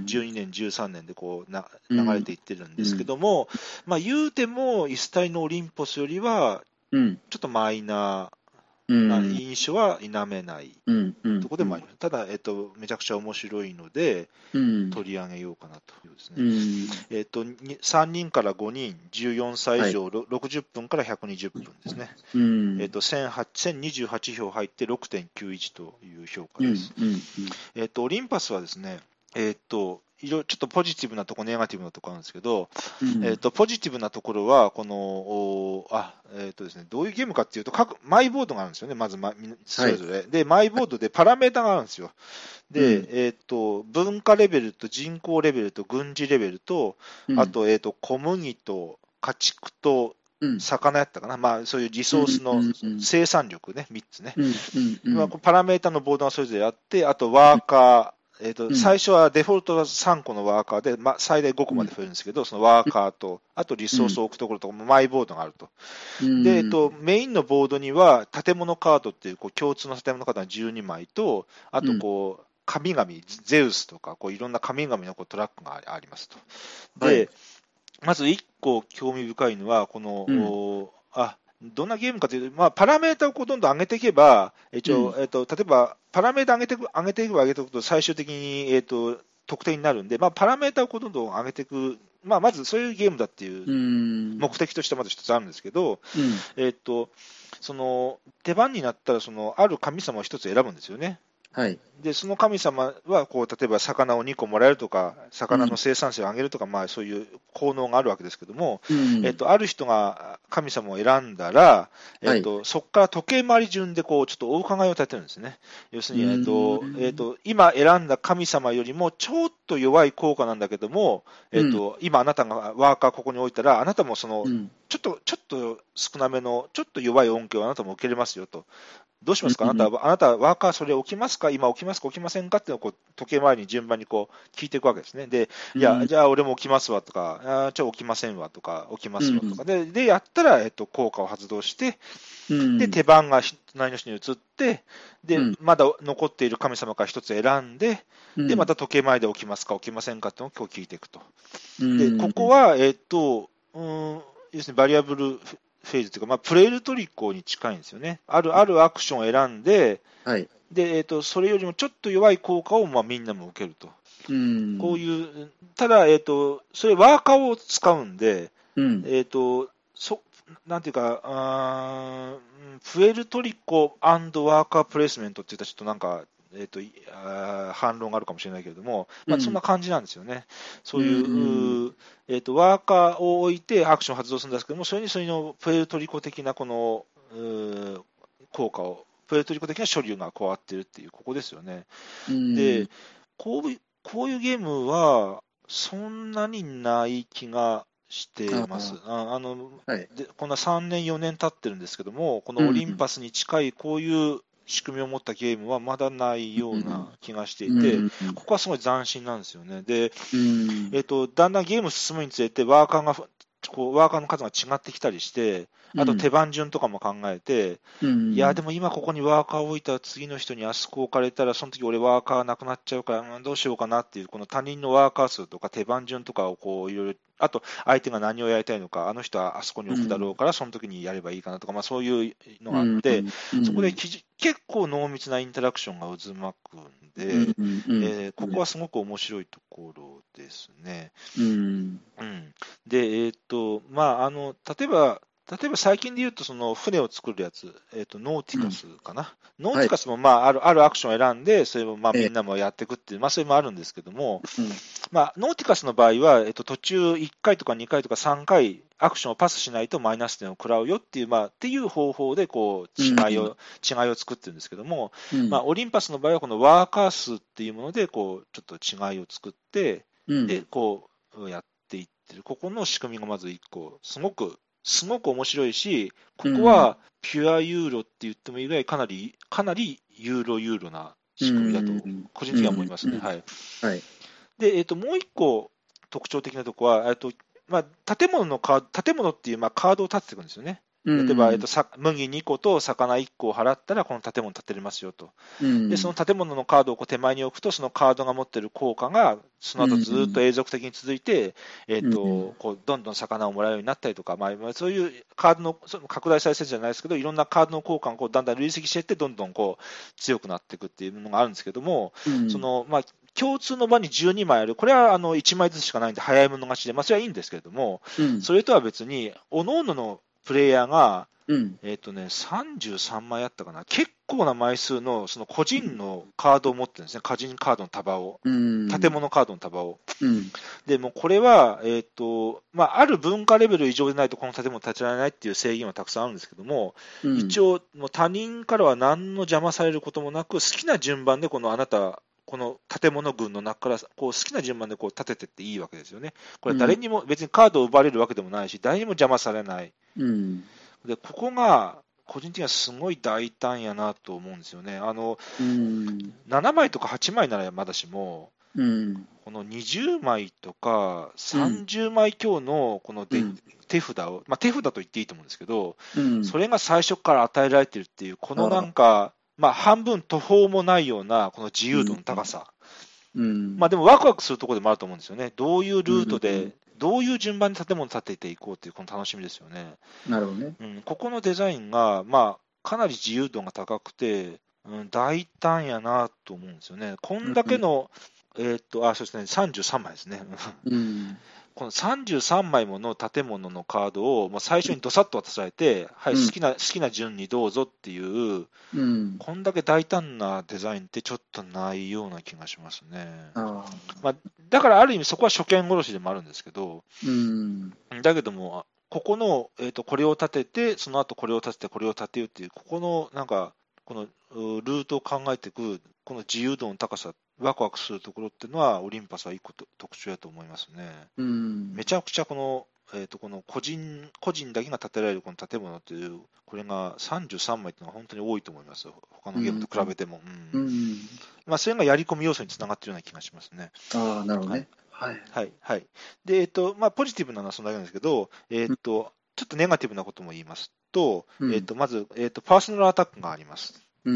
じゅうにねん、じゅうさんねんでこうな流れていってるんですけども、まあ、言うても、一体のオリンポスよりは、ちょっとマイナー、な印象は否めないところでもあります。うんうん、ただ、えっと、めちゃくちゃ面白いので、うん、取り上げようかなというですね。うん、えっと、さんにんからごにん、じゅうよんさい以上、はい、ろくじゅっぷんからひゃくにじゅっぷんですね。うん、えっと、せんにじゅうはちひょう入って ろくてんきゅういち という評価です。うんうんうん、えっと、オリンパスはですね、えっと、いろちょっとポジティブなところ、ネガティブなところなんですけど、うんえー、とポジティブなところは、このあ、えーとですね、どういうゲームかっていうと、各マイボードがあるんですよね、まず、ま、それぞれ、はい、で、マイボードでパラメータがあるんですよ。で、うん、えーと、文化レベルと人口レベルと軍事レベルと、うん、あと、えーと、小麦と家畜と、魚やったかな、まあ、そういうリソースの生産力ね、みっつね、うんうんうんまあ、パラメータのボードがそれぞれあって、あとワーカー、えーとうん、最初はデフォルトがさんこのワーカーで、ま、最大ごこまで増えるんですけど、うん、そのワーカーと、あとリソースを置くところとかもマイボードがあると。うん、で、えーと、メインのボードには建物カードっていう、こう共通の建物カードがじゅうにまいと、あとこう、 神々、ゼウスとかこういろんな神々のこうトラックがありますと。で、 はい、 まずいっこ興味深いのは、この、 うん、 おあどんなゲームかというと、まあ、パラメータをこうどんどん上げていけば、一応、 うんえっと、例えば、パラメータ上げていく、上げていけば上げていくと、最終的に、えっと、得点になるんで、まあ、パラメータをこうどんどん上げていく、まあ、まずそういうゲームだっていううん目的としてまず一つあるんですけど、 うんえっと、その手番になったらその、ある神様を一つ選ぶんですよね。 はい、 でその神様はこう例えば魚をにこもらえるとか、魚の生産性を上げるとか、まあ、そういう効能があるわけですけども、 うんえっと、ある人が神様を選んだら、えっと、そこから時計回り順でこうちょっとお伺いを立てるんですね。要するに、えっとえっと、今選んだ神様よりもちょっと弱い効果なんだけども、えっと、今あなたがワーカーここに置いたら、あなたもその、 うんちょっとちょっと少なめの、ちょっと弱い恩恵をあなたも受けれますよと。どうしますか、あなたは、あなたはワーカーそれ起きますか、今起きますか、起きませんかっていうのをこう時計回りに順番にこう聞いていくわけですね。で、いや、じゃあ俺も起きますわとか、あじゃあ起きませんわとか、起きますわとか、で、でやったら、えっと、効果を発動して、で、手番が隣の人に移って、で、まだ残っている神様から一つ選んで、で、また時計回りで起きますか、起きませんかっていうのを今日聞いていくと。で、ここは、えっと、うん、要するにバリアブルフェーズというか、まあ、プレールトリコに近いんですよね。あるあるアクションを選んで、 はい、 でえー、とそれよりもちょっと弱い効果をまあみんなも受けると。 うんこういう、ただ、えー、とそれワーカーを使うんで、 うんえー、とそなんていうか、あプエルトリコ&ワーカープレイスメントって言ったらちょっとなんか、えー、とあ反論があるかもしれないけれども、まあ、そんな感じなんですよね。うん、そういう、うんえー、とワーカーを置いてアクションを発動するんですけども、それにそれのプエルトリコ的なこの効果を、プエルトリコ的な処理が加わっているっていう、ここですよね。 うん、 でこういう、こういうゲームはそんなにない気がしてます。ああの、はい、でこんなさんねん、よねん経ってるんですけども、このオリンパスに近いこういう仕組みを持ったゲームはまだないような気がしていて、うん、ここはすごい斬新なんですよね。で、うんえーと、だんだんゲーム進むにつれて、ワーカーがこうワーカーの数が違ってきたりして、あと手番順とかも考えて、うん、いや、でも今ここにワーカーを置いたら次の人にあそこ置かれたら、その時俺ワーカーなくなっちゃうから、どうしようかなっていう、この他人のワーカー数とか手番順とかをこういろいろ、あと相手が何をやりたいのか、あの人はあそこに置くだろうから、その時にやればいいかなとか、まあ、そういうのがあって、うん、そこで結構濃密なインタラクションが渦巻くんで、うんえー、ここはすごく面白いところですね。うんうん、で、えーとまあ、あの例えば、例えば最近で言うと、その船を作るやつ、えーと、ノーティカスかな、うん、ノーティカスも、まあ、ある、あるアクションを選んで、それをまあみんなもやっていくっていう、まあ、それもあるんですけども、うんまあ、ノーティカスの場合は、えーと、途中いっかいとかにかいとかさんかい、アクションをパスしないとマイナス点を食らうよっていう、まあ、っていう方法でこう違いを、うん、違いを作ってるんですけども、うんまあ、オリンパスの場合は、このワーカー数っていうものでこう、ちょっと違いを作って、うん、でこうやっていってる、ここの仕組みがまずいっこ、すごくすごく面白いし、ここはピュアユーロって言ってもいいぐらい、かなり、かなりユーロユーロな仕組みだと、個人的には思いますね。はい。はい、で、えっと、もう一個特徴的なところは、えっと、まあ、建物のカード、建物っていうまあカードを立てていくんですよね。例えば、えっと、さ麦にことを魚いっこを払ったらこの建物建てれますよと、うん、でその建物のカードをこう手前に置くと、そのカードが持っている効果がその後ずっと永続的に続いて、うんえっと、こうどんどん魚をもらうようになったりとか、まあ、そういうカードのその拡大再生じゃないですけど、いろんなカードの効果がこうだんだん累積していって、どんどんこう強くなっていくっていうのがあるんですけども、うん、そのまあ共通の場にじゅうにまいある、これはあのいちまいずつしかないんで早い者勝ちで、まあ、それはいいんですけれども、うん、それとは別に各々のプレイヤーが、うんえーとね、さんじゅうさんまいあったかな、結構な枚数のその個人のカードを持ってるんですね、個人カードの束を、うん、建物カードの束を。うん、でもこれは、えーとまあ、ある文化レベル以上でないとこの建物建てられないっていう制限はたくさんあるんですけども、うん、一応、もう他人からは何の邪魔されることもなく、好きな順番でこのあなた、この建物群の中からこう好きな順番でこう立ててっていいわけですよね。これ誰にも別にカードを奪われるわけでもないし、誰にも邪魔されない。うんでここが個人的にはすごい大胆やなと思うんですよね。あの、うん、ななまいとかはちまいならまだしも、うん、このにじゅうまいとかさんじゅうまい強のこので、うん、手札を、まあ、手札と言っていいと思うんですけど、うん、それが最初から与えられてるっていう、このなんか、 まあ、半分途方もないようなこの自由度の高さ、 うん、 まあ、でもワクワクするところでもあると思うんですよね。どういうルートで、 うん、 どういう順番で建物を建てていこうというこの楽しみですよね。 なるほどね。 うん、ここのデザインが、まあ、かなり自由度が高くて、うん、大胆やなと思うんですよね。こんだけの、えーっと、あ、そうですね、さんじゅうさんまいですね。 うん、 このさんじゅうさんまいもの建物のカードをもう最初にどさっと渡されて、はい、 うん好きな、好きな順にどうぞっていう、 うん、 こんだけ大胆なデザインってちょっとないような気がしますね。 あまあ、だからある意味そこは初見殺しでもあるんですけど、 うん、 だけども、ここの、えーと、これを立てて、その後これを立てて、これを立てるっていう、ここのなんか、このうルートを考えていく、この自由度の高さ、ワクワクするところっていうのは、オリンパスは一個と特徴だと思いますね。 うん、 めちゃくちゃこの、えーと、この個人個人だけが建てられるこの建物という、これがさんじゅうさんまいっていうのは本当に多いと思います、他のゲームと比べても。うんうんまあ、それがやり込み要素につながっているような気がしますね。 ああ、なるほどね。はい。 はい、はい。で、えっと、まあ、ポジティブなのはそんななんですけど、えっと、ちょっとネガティブなことも言いますと、 うんえっと、まず、えっと、パーソナルアタックがあります。 うん。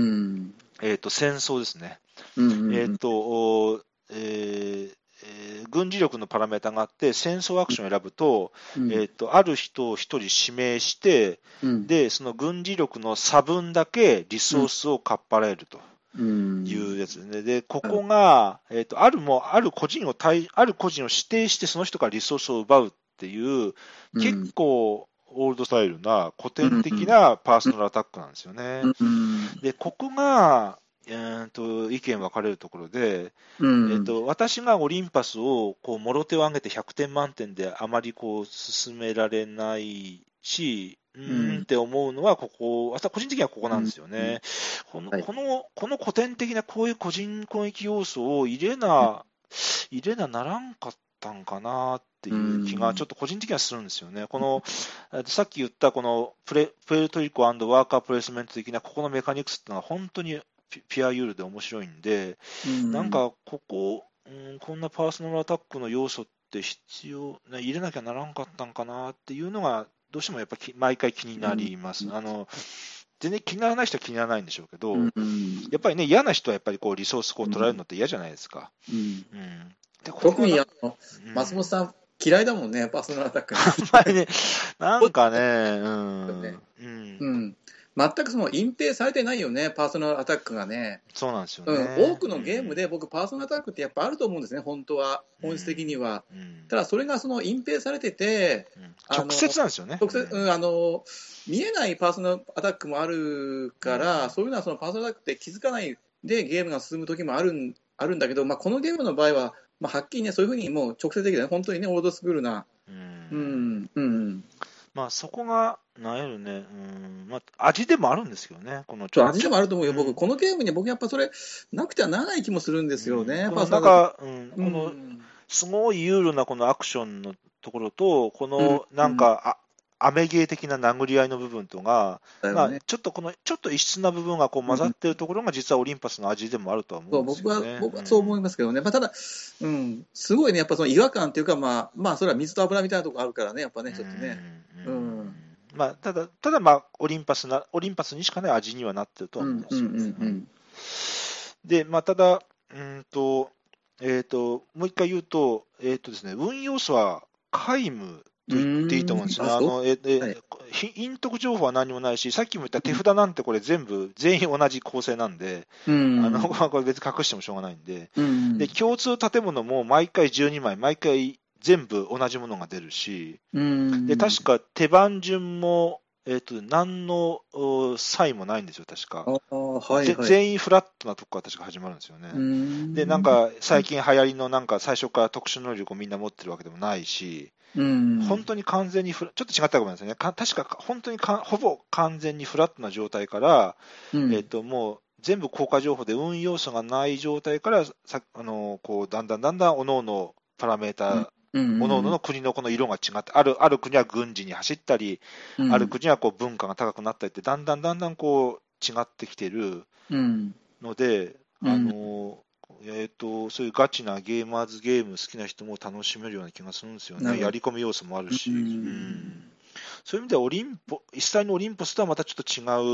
えっと、戦争ですね。 うんうんうんえっと、おえーえー軍事力のパラメータがあって、戦争アクションを選ぶと、 うんえっと、ある人を一人指名して、 うんで、その軍事力の差分だけリソースをかっぱらえると。 うんいうやつですね。で、ここが、えっ、と、あるも、ある個人を対、ある個人を指定してその人からリソースを奪うっていう、結構、オールドスタイルな古典的なパーソナルアタックなんですよね。 うんで、ここが、えー、と意見分かれるところで、 うんえー、と私がオリンパスをこうもろ手を挙げてひゃくてん満点であまりこう進められないし、うーんって思うのは、ここ、私は個人的にはここなんですよね。この、 はいこの、この古典的なこういう個人攻撃要素を入れな、入れなならんかったんかなっていう気がちょっと個人的にはするんですよね。この、えっとさっき言ったこのプレ、プエルトリコ&ワーカープレイスメント的なここのメカニクスっていうのは本当にピピアユールで面白いんで、 うんなんかここ、うん、こんなパーソナルアタックの要素って必要、ね入れなきゃならんかったんかなっていうのが、どうしてもやっぱき毎回気になります。 うんあの全然気にならない人は気にならないんでしょうけど、 うんやっぱりね、嫌な人はやっぱりこうリソースこう取られるのって嫌じゃないですか。 うんうん、で特にあのうん松本さん嫌いだもんね、パーソナルアタック。 あんまりね、なんかね、うん、 ねうんう、ん、全くその隠蔽されてないよね、パーソナルアタックがね。 そうなんですようね。 ん、多くのゲームで僕、パーソナルアタックってやっぱあると思うんですね、本当は、本質的には。 うんうんただ、それがその隠蔽されてて、 うんあの直接なんですよね。 直接、 うんうん、あの見えないパーソナルアタックもあるから、 うんそういうのはそのパーソナルアタックって気づかないでゲームが進む時もあるんあるんだけど、まあ、このゲームの場合は、まあ、はっきりね、そういうふうにもう直接的で、ね、本当にね、オールドスクールな、 ううんん、うん、 まあそこが、なんやろね、うん、まあ味でもあるんですけどね、このちょそう味でもあると思うよ、 うん僕、このゲームに僕、やっぱそれ、なくてはならない気もするんですよね、 うんパーソナルアタッこのなんか、うん、 ク。 このうんすごいユーロなこのアクションのところと、このなんか、あアメゲー的な殴り合いの部分とが、まあ、 だよね。 ちょっとこの、ちょっと異質な部分がこう混ざってるところが、実はオリンパスの味でもあるとは思そう僕はうんですよね。 僕はそう思いますけどね、まあ、ただ、うん、すごいね、やっぱその違和感っていうか、まあ、まあ、それは水と油みたいなところあるからね、やっぱね、ちょっとね。 うんうんまあ、ただ、ただまあ、オリンパスな、オリンパスにしかない味にはなってるとはうん思うんですよ。 うんうんうんで、まあ、ただ、うんと、えっ、と、もう一回言うと、えっ、とですね、運用素は皆無と言っていいと思うんですよね。 うーんあそうあのええはいひ陰徳情報は何もないし、さっきも言った手札なんてこれ全部、全員同じ構成なんで、 うんあのこれ別に隠してもしょうがないんで、 うんで共通建物も毎回じゅうにまい、毎回全部同じものが出るし、 うんで確か手番順も、えっと何のお差異もないんですよ、確か。 ああはいぜはい全員フラットなとこから確か始まるんですよね。 うんで、なんか最近流行りのなんか最初から特殊能力をみんな持ってるわけでもないし、 うん本当に完全にフラ、ちょっと違ったかもしれないですね。か確か本当にかほぼ完全にフラットな状態から、 うんえっともう全部効果情報で運要素がない状態からさあのこうだんだんだんだん各々パラメーター、 うん各々の国のこの色が違って、あるある国は軍事に走ったり、 うんある国はこう文化が高くなったりって、だんだんだんだんこう違ってきてるうんので、 うんあのえー、とそういうガチなゲーマーズゲーム好きな人も楽しめるような気がするんですよね。 なるほどやり込み要素もあるし、 うんうんそういう意味ではオリンポ、実際のオリンポスとはまたちょっと違う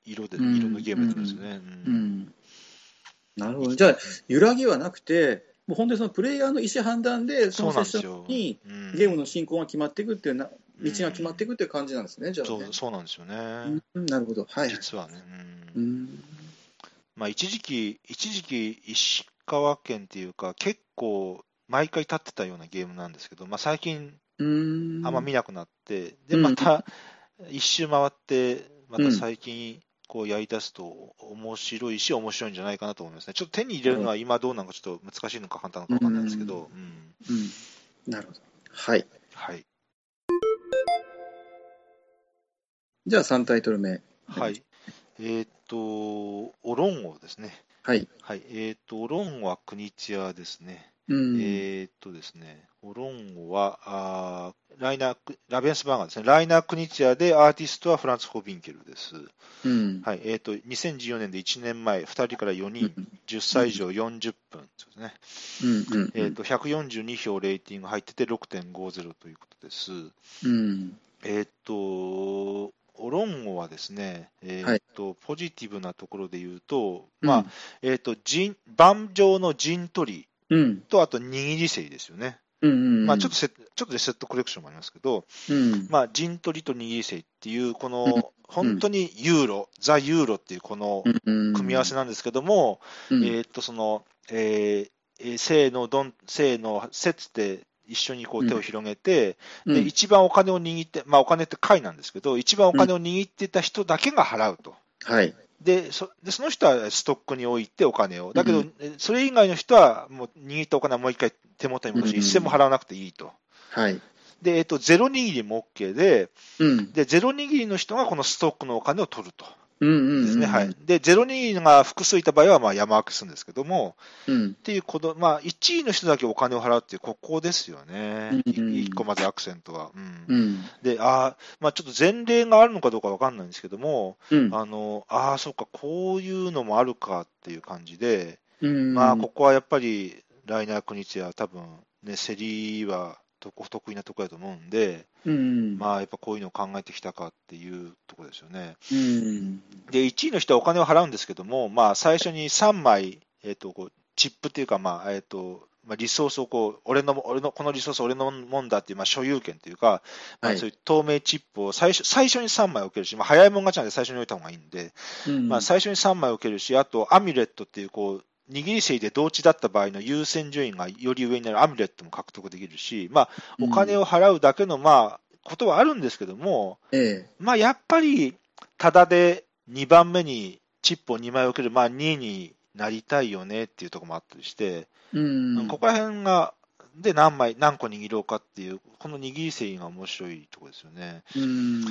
色で、色のゲームやってるんですよね。 うんうん、なるほど。じゃあ揺らぎはなくて、もう本当にそのプレイヤーの意思判断でそのセッションにゲームの進行が決まっていくっていうな、道が決まっていくっていう感じなんですね。じゃあね。 そう、そうなんですよね。 うん、なるほど。はい。 実はね。 うん。うんまあ一時期一時期石川県っていうか結構毎回立ってたようなゲームなんですけど、まあ最近あんま見なくなって、でまた一周回ってまた最近こうやり出すと面白いし面白いんじゃないかなと思いますね。ちょっと手に入れるのは今どうなのかちょっと難しいのか簡単なのか分かんないですけど、 うんうん、なるほど。はい。 はい。 じゃあさんタイトル目。 はい。えっ、とオロン王ですね。 はい。 はい。えっ、とオロンは国津屋ですね。 うん、 えーっとですね、オロンゴはあーライナー、ラベンスバーガーですね、ライナー・クニチアでアーティストはフランツ・ホビンケルです。 うん、 はい、えーっと、にせんじゅうよねんでいちねんまえ、ふたりからよにん、うん、じゅっさい以上よんじゅっぷんですね。 うんうん、 えーっと、ひゃくよんじゅうにひょうレーティング入ってて ろくてんごゼロ ということです。 うん、 えーっと、オロンゴはですね、えーっと、はい、ポジティブなところで言うと、まあ、えーっと、盤上の陣取り、うん、と、あと握り競りですよね。うんうんうん、まあ、ちょっとセ、ちょっとでセットコレクションもありますけど、うん、まあ、陣取りと握り競りっていう、この、うん、本当にユーロ、うん、ザ・ユーロっていうこの組み合わせなんですけども、うん、えー、っと、その、えー、せーの、ドン、せーの、セッツで一緒にこう手を広げて、うん、で、一番お金を握って、まあ、お金って貝なんですけど、一番お金を握ってた人だけが払うと。 はい。 で そ, でその人はストックに置いてお金を、だけど、うん、それ以外の人はもう握ったお金はもう一回手元に戻し、うん、一銭も払わなくていいと。 はい。 で、えっと、ゼロ握りも OK で、 うん、 で、ゼロ握りの人がこのストックのお金を取ると。 うんうんうん、 ですね。はい。で、ゼロ握りが複数いた場合は、まあ山分けするんですけども、 うん、 っていうこと、まあ、いちいの人だけお金を払うっていう、ここですよね。うんうん、いっこまずアクセントは。うん。うん、で、あまあ、ちょっと前例があるのかどうかわかんないんですけども、うん、あの、ああ、そうか、こういうのもあるかっていう感じで、うん、まあ、ここはやっぱり、ライナー・クニチや多分、ね、競りは得意なところだと思うんで、うん、まあ、やっぱこういうのを考えてきたかっていうところですよね。うん、で、いちいの人はお金を払うんですけども、まあ、最初にさんまい、えっと、こうチップっていうか、まあえっとまあ、リソースをこう俺の俺のこのリソース俺のもんだっていう、まあ、所有権というか、まあ、そういう透明チップを最初最初にさんまい置けるし、まあ、早いもん勝ちなんで最初に置いた方がいいんで、うんまあ、最初にさんまい置けるし、あとアミュレットっていうこう握り競りで同値だった場合の優先順位がより上になるアミュレットも獲得できるし、まあ、お金を払うだけの、まあ、ことはあるんですけども、うん、まあ、やっぱりタダでにばんめにチップをにまい置ける、まあ、にいになりたいよねっていうところもあったりして、うん、ここら辺がで何枚何個握ろうかっていうこの握り競りが面白いところですよね。うん、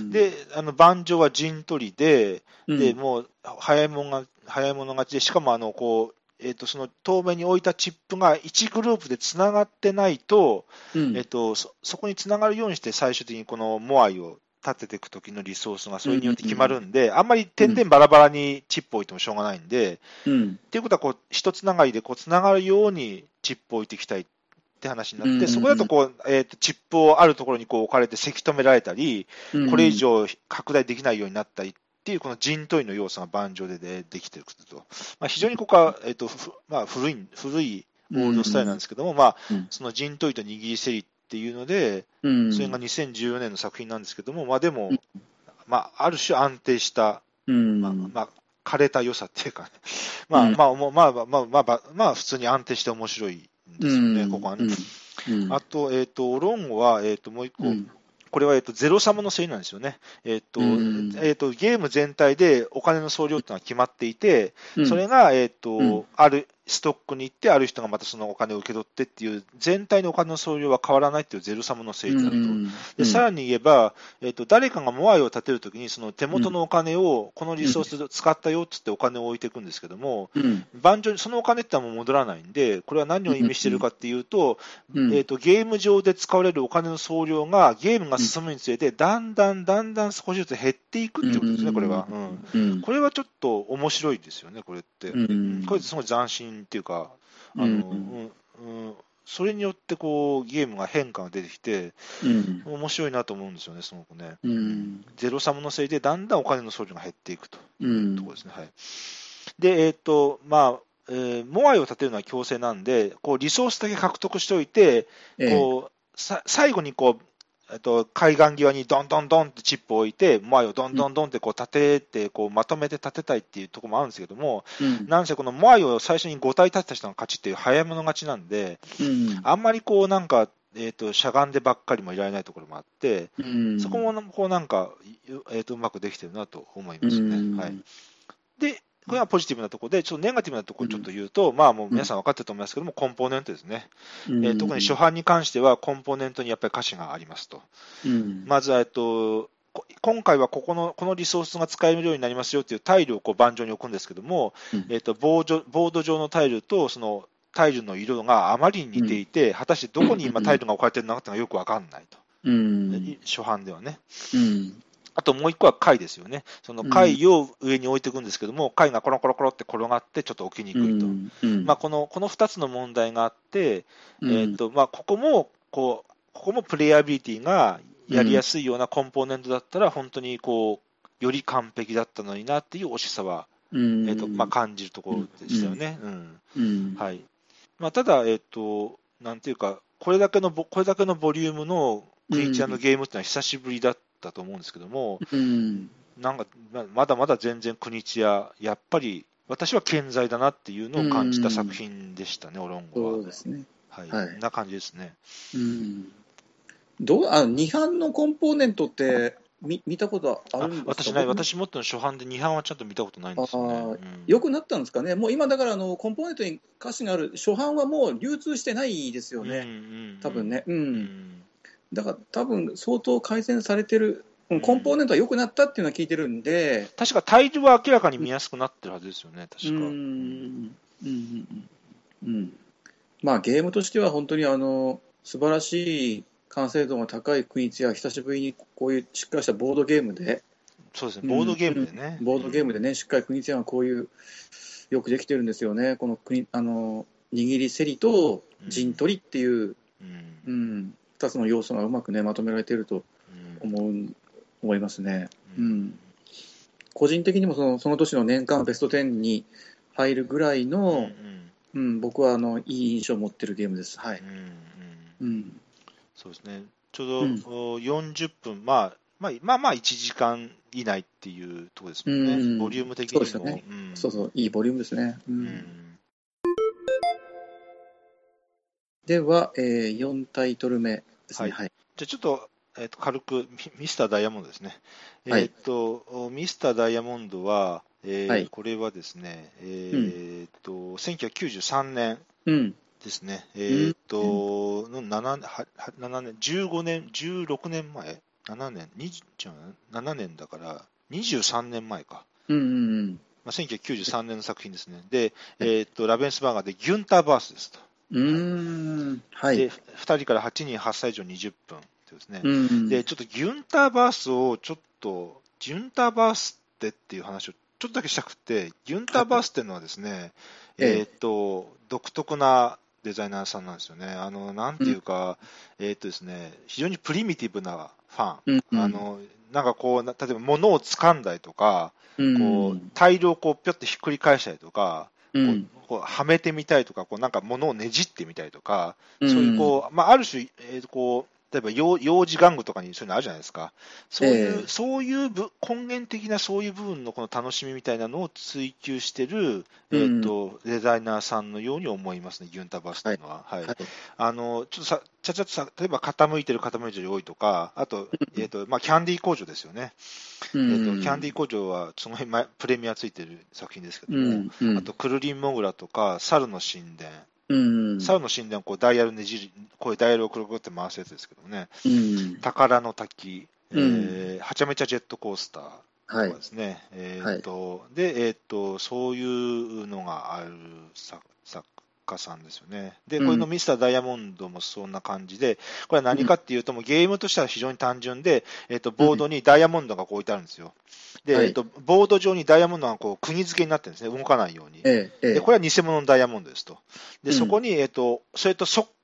であの盤上は陣取りで、うん、でもう早いものが早いもの勝ちで、しかもあのこうえー、とその遠目に置いたチップがいちグループでつながってないと、うんえー、と そ, そこにつながるようにして最終的にこのモアイを立てていくときのリソースがそれによって決まるんで、うんうん、あんまり点々バラバラにチップを置いてもしょうがないんで、うん、っていうことはこう一つながりでこうつながるようにチップを置いていきたいって話になって、うんうんうん、そこだとこう、えー、とチップをあるところにこう置かれてせき止められたり、うんうん、これ以上拡大できないようになったりっていうこの陣取りの要素が盤上で で, できていると、まあ、非常にここは、えーとまあ、古い古いオールドスタイルなんですけども、うんうんまあ、その陣取りと握り競りっていうので、うん、それがにせんじゅうよねんの作品なんですけども、まあ、でも、うんまあ、ある種安定した、うんまあまあ、枯れた良さっていうか、ねまあうんまあまあまあまあまあまあ、普通に安定して面白いんですよね、うん、ここはね。うん、あと、えっ、ー、と、オロンゴは、えっ、ー、と、もう一個、うんこれは、えっと、ゼロサムのせいなんですよね。えっと、うんえっと、ゲーム全体でお金の総量っていうのは決まっていて、うん、それが、えっと、うん、ある、ストックに行って、ある人がまたそのお金を受け取ってっていう、全体のお金の総量は変わらないっていうゼロサムのせいであると。うん、でさらに言えば、えっと、誰かがモアイを立てるときに、その手元のお金を、このリソースで使ったよっつってお金を置いていくんですけども、うん、盤上にそのお金ってのはもう戻らないんで、これは何を意味しているかっていうと、うんえっと、ゲーム上で使われるお金の総量が、ゲームが進むにつれて、だんだんだんだん少しずつ減っていくってことですね、これは、うん。これはちょっと面白いですよね、これって。うん、これすごい斬新っていうか、あの、うんうん、 それによってこうゲームが変化が出てきて、うん、面白いなと思うんですよね、すごくね。うん、ゼロサムのせいでだんだんお金の総量が減っていくというところですね。うん、はい、で、えっと、まあ、えー、モアイを建てるのは強制なんで、こうリソースだけ獲得しておいて、こうさ最後にこう、えっと、海岸際にドンドンドンってチップを置いて、モアイをドンドンドンってこう立てて、こうまとめて立てたいっていうところもあるんですけども、うん、なんせこのモアイを最初にごたい立てた人の勝ちっていう早い者勝ちなんで、うん、あんまりこうなんか、えーと、しゃがんでばっかりもいられないところもあって、うん、そこもこうなんか、えーと、うまくできてるなと思いますね。うん、はい。で、これはポジティブなところで、ちょっとネガティブなところをちょっと言うと、うん、まあもう皆さん分かってると思いますけども、コンポーネントですね。うん、えー、特に初版に関しては、コンポーネントにやっぱり価値がありますと。うん、まず、えっと、今回はここの、このリソースが使えるようになりますよというタイルをこう盤上に置くんですけども、うん、えっと、ボード、ボード上のタイルと、そのタイルの色があまりに似ていて、うん、果たしてどこに今タイルが置かれているのかというのがよく分かんないと。うん、初版ではね。うんあともう一個は貝ですよね。その貝を上に置いていくんですけども、うん、貝がコロコロコロって転がってちょっと置きにくいと。うんうん、まあ、この、この二つの問題があって、うん、えっと、まあ、ここも、こう、ここもプレイアビリティがやりやすいようなコンポーネントだったら、本当にこう、より完璧だったのになっていう惜しさは、うん、えっと、まあ、感じるところでしたよね。うんうん、はい。まあ、ただ、えっと、なんていうか、これだけの、これだけのボリュームのクリーチャーのゲームってのは久しぶりだったと思うんですけども、うん、なんかまだまだ全然国津屋やっぱり私は健在だなっていうのを感じた作品でしたね、うん、オロンゴは。 そうですね。 はい。はい、な感じですね。 うん。どうあに版のコンポーネントって見見たことあるんですか？ 私ない私持っての初版でに版はちゃんと見たことないんですよね。うん、 よくなったんですかね。もう今だからあのコンポーネントに歌詞がある初版はもう流通してないですよね。うんうんうん、多分ね。うん。うんだから多分相当改善されてる、コンポーネントは良くなったっていうのは聞いてるんで、 うん、確かタイルは明らかに見やすくなってるはずですよね、確か。うん、うんうんうん、まあゲームとしては本当にあの素晴らしい完成度が高い国津屋、久しぶりにこういうしっかりしたボードゲームで、 そうですね、ボードゲームでね、 うん、ボードゲームでね、しっかり国津屋がこういうよくできてるんですよね。この国あの握り競りと陣取りっていう、うんうん、ふたつの要素がうまくねまとめられていると思う、うん、思いますね。うんうん、個人的にもそのその年の年間ベストじゅうに入るぐらいの、うんうんうん、僕はあのいい印象を持ってるゲームです。はい。うんうんうん、 そうですね。ちょうどよんじゅっぷん、うん、まあまあまあまあいちじかん以内っていうところですもんね。うん、ボリューム的にも。 そうですね。うん、そうそういいボリュームですね。うんうんでは、えー、よんタイトル目ですね。はい。はい、 じゃあちょっと、えー、と軽くミスターダイヤモンドですね。はい、えっ、ー、とミスターダイヤモンドは、えーはい、これはですね、えっ、ー、と、うん、せんきゅうひゃくきゅうじゅうさんねんですね。うん、えっ、ー、と、うん、なな, ななねん、じゅうごねん、じゅうろくねんまえ、ななねん、にじゅうななねんだからにじゅうさんねんまえか。うんうんうんまあ、せんきゅうひゃくきゅうじゅうさんねんの作品ですね。で、えっ、とラベンスバーガーでギュンターバースですと。うーんはい、でふたりからはちにん、はっさい以上にじゅっぷんですね、うん、でちょっとギュンターバースをちょっとギュンターバースってっていう話をちょっとだけしたくて、ギュンターバースっていうのはですね、はい、えー、っと独特なデザイナーさんなんですよね。あのなんていうか、うん、えー、っとですね非常にプリミティブなファン、うんうん、あのなんかこう例えば物を掴んだりとか、うん、こうタイルをこうピョッてひっくり返したりとか。こうこうはめてみたいとか、こうなんか物をねじってみたいとか、うん、そういうこう、まあ、ある種、えー、こう例えば幼幼児玩具とかにそういうのあるじゃないですか。そういう、えー、そういう根源的なそういう部分のこの楽しみみたいなのを追求してる、えーとうん、デザイナーさんのように思いますね、ギュンターバースというのは。はいはい、あのちょっとさちゃちゃっとさ、例えば傾いてる傾いてる多いとか、あと、えーとまあ、キャンディー工場ですよね。うん、えーと、キャンディー工場はすごいプレミアついてる作品ですけども、うんうん、あとクルリンモグラとか猿の神殿、うん、猿の神殿はこうダイヤルねじり、こういうダイヤルをくるくるって回すやつですけどね、うん、宝の滝、えーうん、はちゃめちゃジェットコースターとかですね、はい、えーとはい、で、えーと、そういうのがある作家さんですよね。で、これのミスターダイヤモンドもそんな感じで、これは何かっていうと、もうゲームとしては非常に単純で、えーと、ボードにダイヤモンドがこう置いてあるんですよ。で、はい、えーと、ボード上にダイヤモンドがこう釘付けになってるんですね、動かないように。ええ、でこれは偽物のダイヤモンドですと。で、そこに、えーと、それとそっ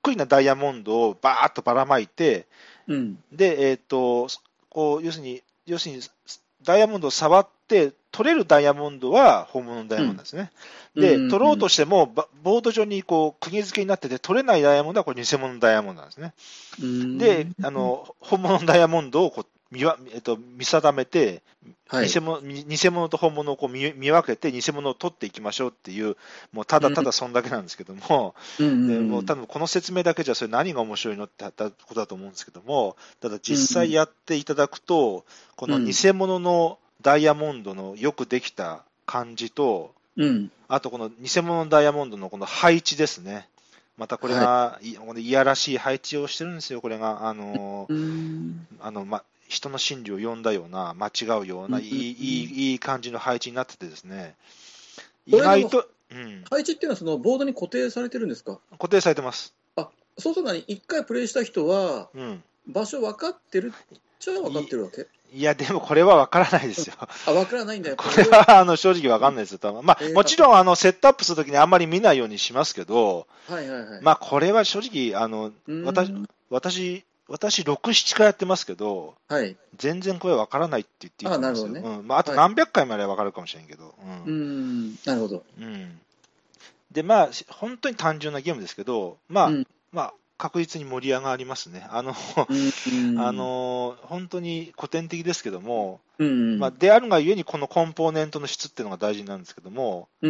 くりなダイヤモンドをバーッとばらまいて、 うん、 で、えっと、こう、要するに、要するに、ダイヤモンドを触って、取れるダイヤモンドは本物のダイヤモンドですね。うん、で、うん、取ろうとしても、ボード上にこう釘付けになってて、取れないダイヤモンドはこれ偽物のダイヤモンドなんですね。うん、で、あの、本物のダイヤモンドをこう見わ、えっと、見定めて、はい、偽物、偽物と本物をこう 見, 見分けて、偽物を取っていきましょうっていう、もうただただそんだけなんですけども、うん、でもう多分この説明だけじゃ、それ何が面白いのってことだと思うんですけども、ただ実際やっていただくと、この偽物のダイヤモンドのよくできた感じと、うん、あとこの偽物のダイヤモンドのこの配置ですね。またこれが、はい、いやらしい配置をしてるんですよ、これが。あの、あのま、人の心理を読んだような、間違うような、いい、いい、いい感じの配置になっててですね。意外と、 うん、配置っていうのはそのボードに固定されてるんですか？ 固定されてます。 あ、そうすると何、一回プレイした人は、うん、場所分かってるっちゃ分かってるわけ？ いや、でもこれは分からないですよ。 あ、分からないんだよ。 これはあの正直分かんないですよ、多分。まあ、えー、もちろんあのセットアップするときにあんまり見ないようにしますけど、はいはいはい、まあ、これは正直、あの私、私、私、ろく、なな回やってますけど、はい、全然これ分からないって言っていいと思うんですよ。あ、なるほどね。うん、まあ、あと何百回までは分かるかもしれんけど。 うん、うん、なるほど。 うん。で、まあ、本当に単純なゲームですけど、まあ、うん、まあ、確実に盛り上がりますね。あの、うん、あの本当に古典的ですけども、うん、まあ、であるがゆえにこのコンポーネントの質っていうのが大事なんですけども、うん、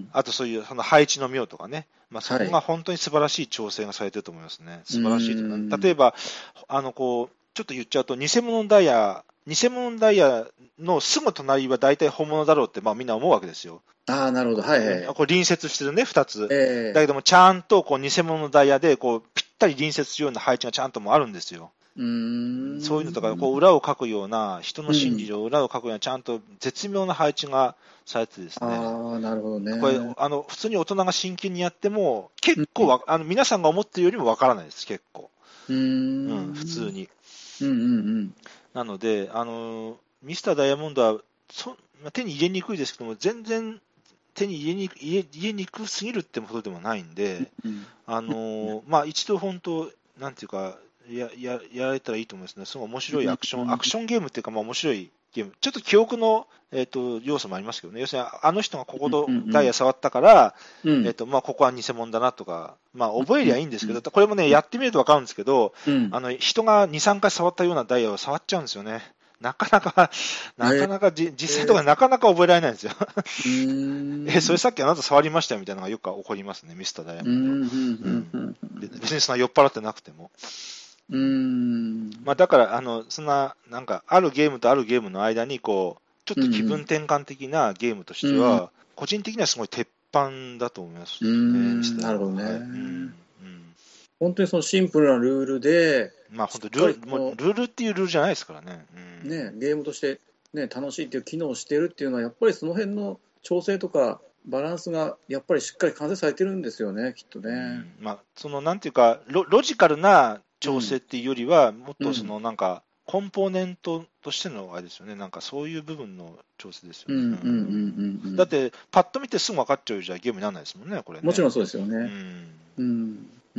あとそういうその配置の妙とかね、まあ、そこが本当に素晴らしい調整がされてると思いますね。はい、素晴らしいというか、例えば、あのこうちょっと言っちゃうと、偽物のダイヤ、偽物のダイヤのすぐ隣は大体本物だろうって、まあ、みんな思うわけですよ。 ああ、なるほど、はい、はい、 こう隣接してるね、ふたつ、えー、だけども、ちゃんとこう偽物のダイヤでこうぴったり隣接するような配置がちゃんともあるんですよ。うーん、そういうのとか、こう裏を書くような、人の心理を裏を書くような、ちゃんと絶妙な配置がされてですね、 あ、なるほどね、 これあの普通に大人が真剣にやっても、結構わ、うん、あの皆さんが思ってるよりもわからないです、結構、うーん、うん、普通に。うんうんうん、なので、あのミスターダイヤモンドはそ手に入れにくいですけども、全然手に入れにく入れ入れにくすぎるってことでもないんで、うん、あのまあ、一度本当、なんていうか、やややられたらいいと思いますね。すごい面白いアクション、アクションゲームっていうか、まあ、面白いゲーム、ちょっと記憶の、えー、と要素もありますけどね、要するにあの人がここのダイヤ触ったから、うんうん、えーとまあ、ここは偽物だなとか、まあ、覚えりゃいいんですけど、これもね、やってみると分かるんですけど、うん、あの人がに、さんかい触ったようなダイヤを触っちゃうんですよね。なかなか、なかなか、じ、実際とかなかなか覚えられないんですよ。え、それさっきあなた触りましたよみたいなのがよく起こりますね、ミスターダイヤモンド。別にそんな酔っ払ってなくても。うーん、まあ、だから、あの、そんな、なんか、あるゲームとあるゲームの間に、こう、ちょっと気分転換的なゲームとしては、うん、個人的にはすごい鉄板だと思いますね。 うんなるほどね。はい、うん、本当にそのシンプルなルールで、 まあ、本当ルール、もうルールっていうルールじゃないですからね。 うん、ね、ゲームとして、ね、楽しいっていう機能をしてるっていうのは、やっぱりその辺の調整とか、バランスがやっぱりしっかり完成されてるんですよね、きっとね。うん、 まあ、そのなんていうかロ、ロジカルな調整っていうよりは、うん、もっとそのなんか、コンポーネントとしてのあれですよね、なんかそういう部分の調整ですよね。だって、パッと見てすぐ分かっちゃうじゃゲームにならないですもんね、これね。 もちろんそうですよね。うんうんうん、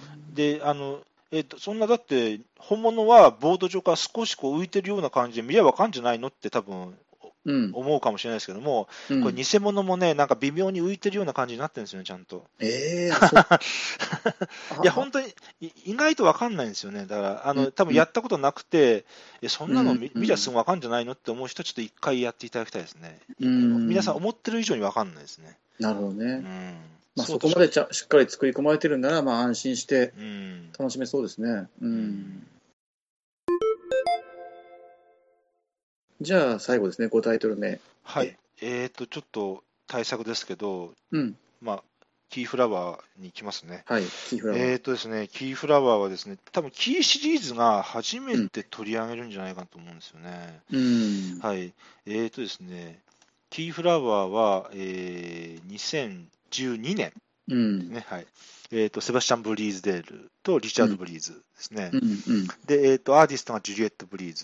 で、あの、えーと、そんなだって、本物はボード上から少しこう浮いてるような感じで見れば分かるんじゃないのって多分、うん、思うかもしれないですけども、うん、これ偽物もね、なんか微妙に浮いてるような感じになってるんですよね、ちゃんと。えー、いや、本当に意外と分かんないんですよね。だから、あの、多分やったことなくて、うん、そんなの 見,、うん、見りゃすぐ分かるんじゃないのって思う人はちょっと一回やっていただきたいですね。うん、皆さん思ってる以上に分かんないですね。 なるほどね。うんまあ、そこまでちゃしっかり作り込まれてるなら、まあ、安心して楽しめそうですね。うんうん、じゃあ最後ですね、ごタイトル目。 はい、えーと、ちょっと対策ですけど、うん、まあ、キーフラワーに行きますね。 はい、キーフラワー。 えーとですね、キーフラワーはですね、多分キーシリーズが初めて取り上げるんじゃないかと思うんですよね。うん、はい、えーとですね、キーフラワーは、えー、にせんじゅうにねん、うんねはいえーと、セバスチャン・ブリーズデールとリチャード・ブリーズですね。うんうんうん、で、えーと、アーティストがジュリエット・ブリーズ。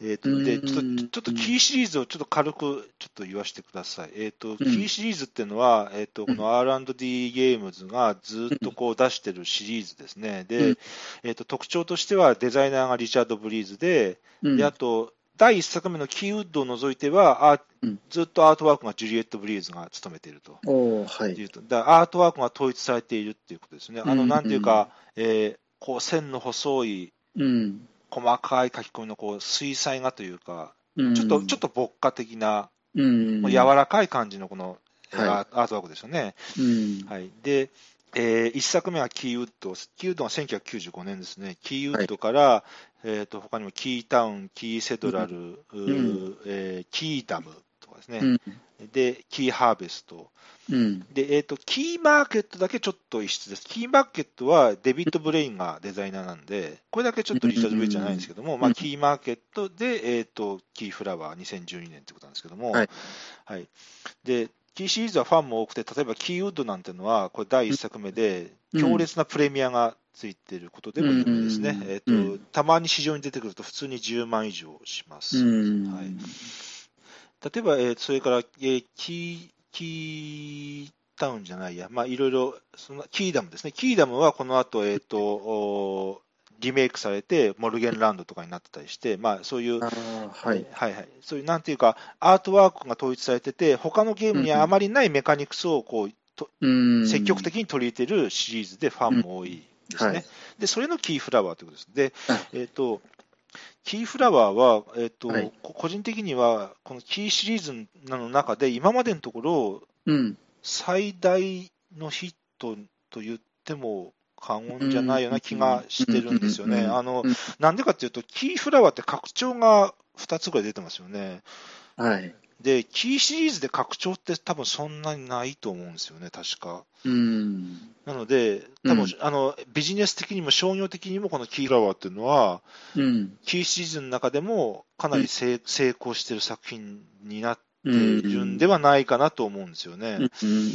えーと、でちょっと、ちょっとキーシリーズをちょっと軽くちょっと言わせてください。えーと、キーシリーズっていうのは、えーと、この アールアンドディー ゲームズがずっとこう出してるシリーズですね。で、えーと、特徴としてはデザイナーがリチャード・ブリーズで、であと、だいいっさくめのキーウッドを除いては、あずっとアートワークがジュリエット・ブリーズが務めていると。 おはい、 だアートワークが統一されているっていうことですね。あの、なんていうか、えー、こう線の細い、 うん細かい書き込みのこう水彩画というか、うん、ちょっとちょっと牧歌的な、うん、もう柔らかい感じのこの、はい、アートワークですよね。うんはい、で、えー、いっさくめはキーウッド、キーウッドがせんきゅうひゃくきゅうじゅうごねんですね。キーウッドから、はい、えー、と他にもキータウン、キーセドラル、うんえー、キーダムとかですね。うん、で、キーハーベスト。うん、で、えーと、キーマーケットだけちょっと異質です。キーマーケットはデビッド・ブレインがデザイナーなんで、これだけちょっとリチャード・ブレインじゃないんですけども、うんまあ、キーマーケットで、えーと、キーフラワーにせんじゅうにねんってことなんですけども、はいはい、で、キーシリーズはファンも多くて、例えばキーウッドなんていうのは、これだいいっさくめで、強烈なプレミアがついていることでも有名ですね。うんえーと、たまに市場に出てくると普通にじゅうまん以上します。うんはい、例えば、えー、それから、えー、キーキータウンじゃないや、まあ、いろいろ、そのキーダムですね。キーダムはこの後、えっ、ー、と、リメイクされて、モルゲンランドとかになってたりして、まあ、そういう、はい、はいはい、そういう、なんていうか、アートワークが統一されてて、他のゲームにはあまりないメカニクスをこう、と積極的に取り入れてるシリーズでファンも多いですね。はい、で、それのキーフラワーということです。で、えっ、ー、と、キーフラワーは、えーとはい、個人的にはこのキーシリーズの中で今までのところ、うん、最大のヒットと言っても過言じゃないような気がしてるんですよね。あのなんでかっていうと、キーフラワーって拡張がふたつぐらい出てますよね。はい、で、キーシリーズで拡張って多分そんなにないと思うんですよね、確か。うんなので、多分、うん、あのビジネス的にも商業的にもこのキーフラワーっていうのは、うん、キーシリーズの中でもかなり成、うん、成功している作品になっているんではないかなと思うんですよね。うんうん、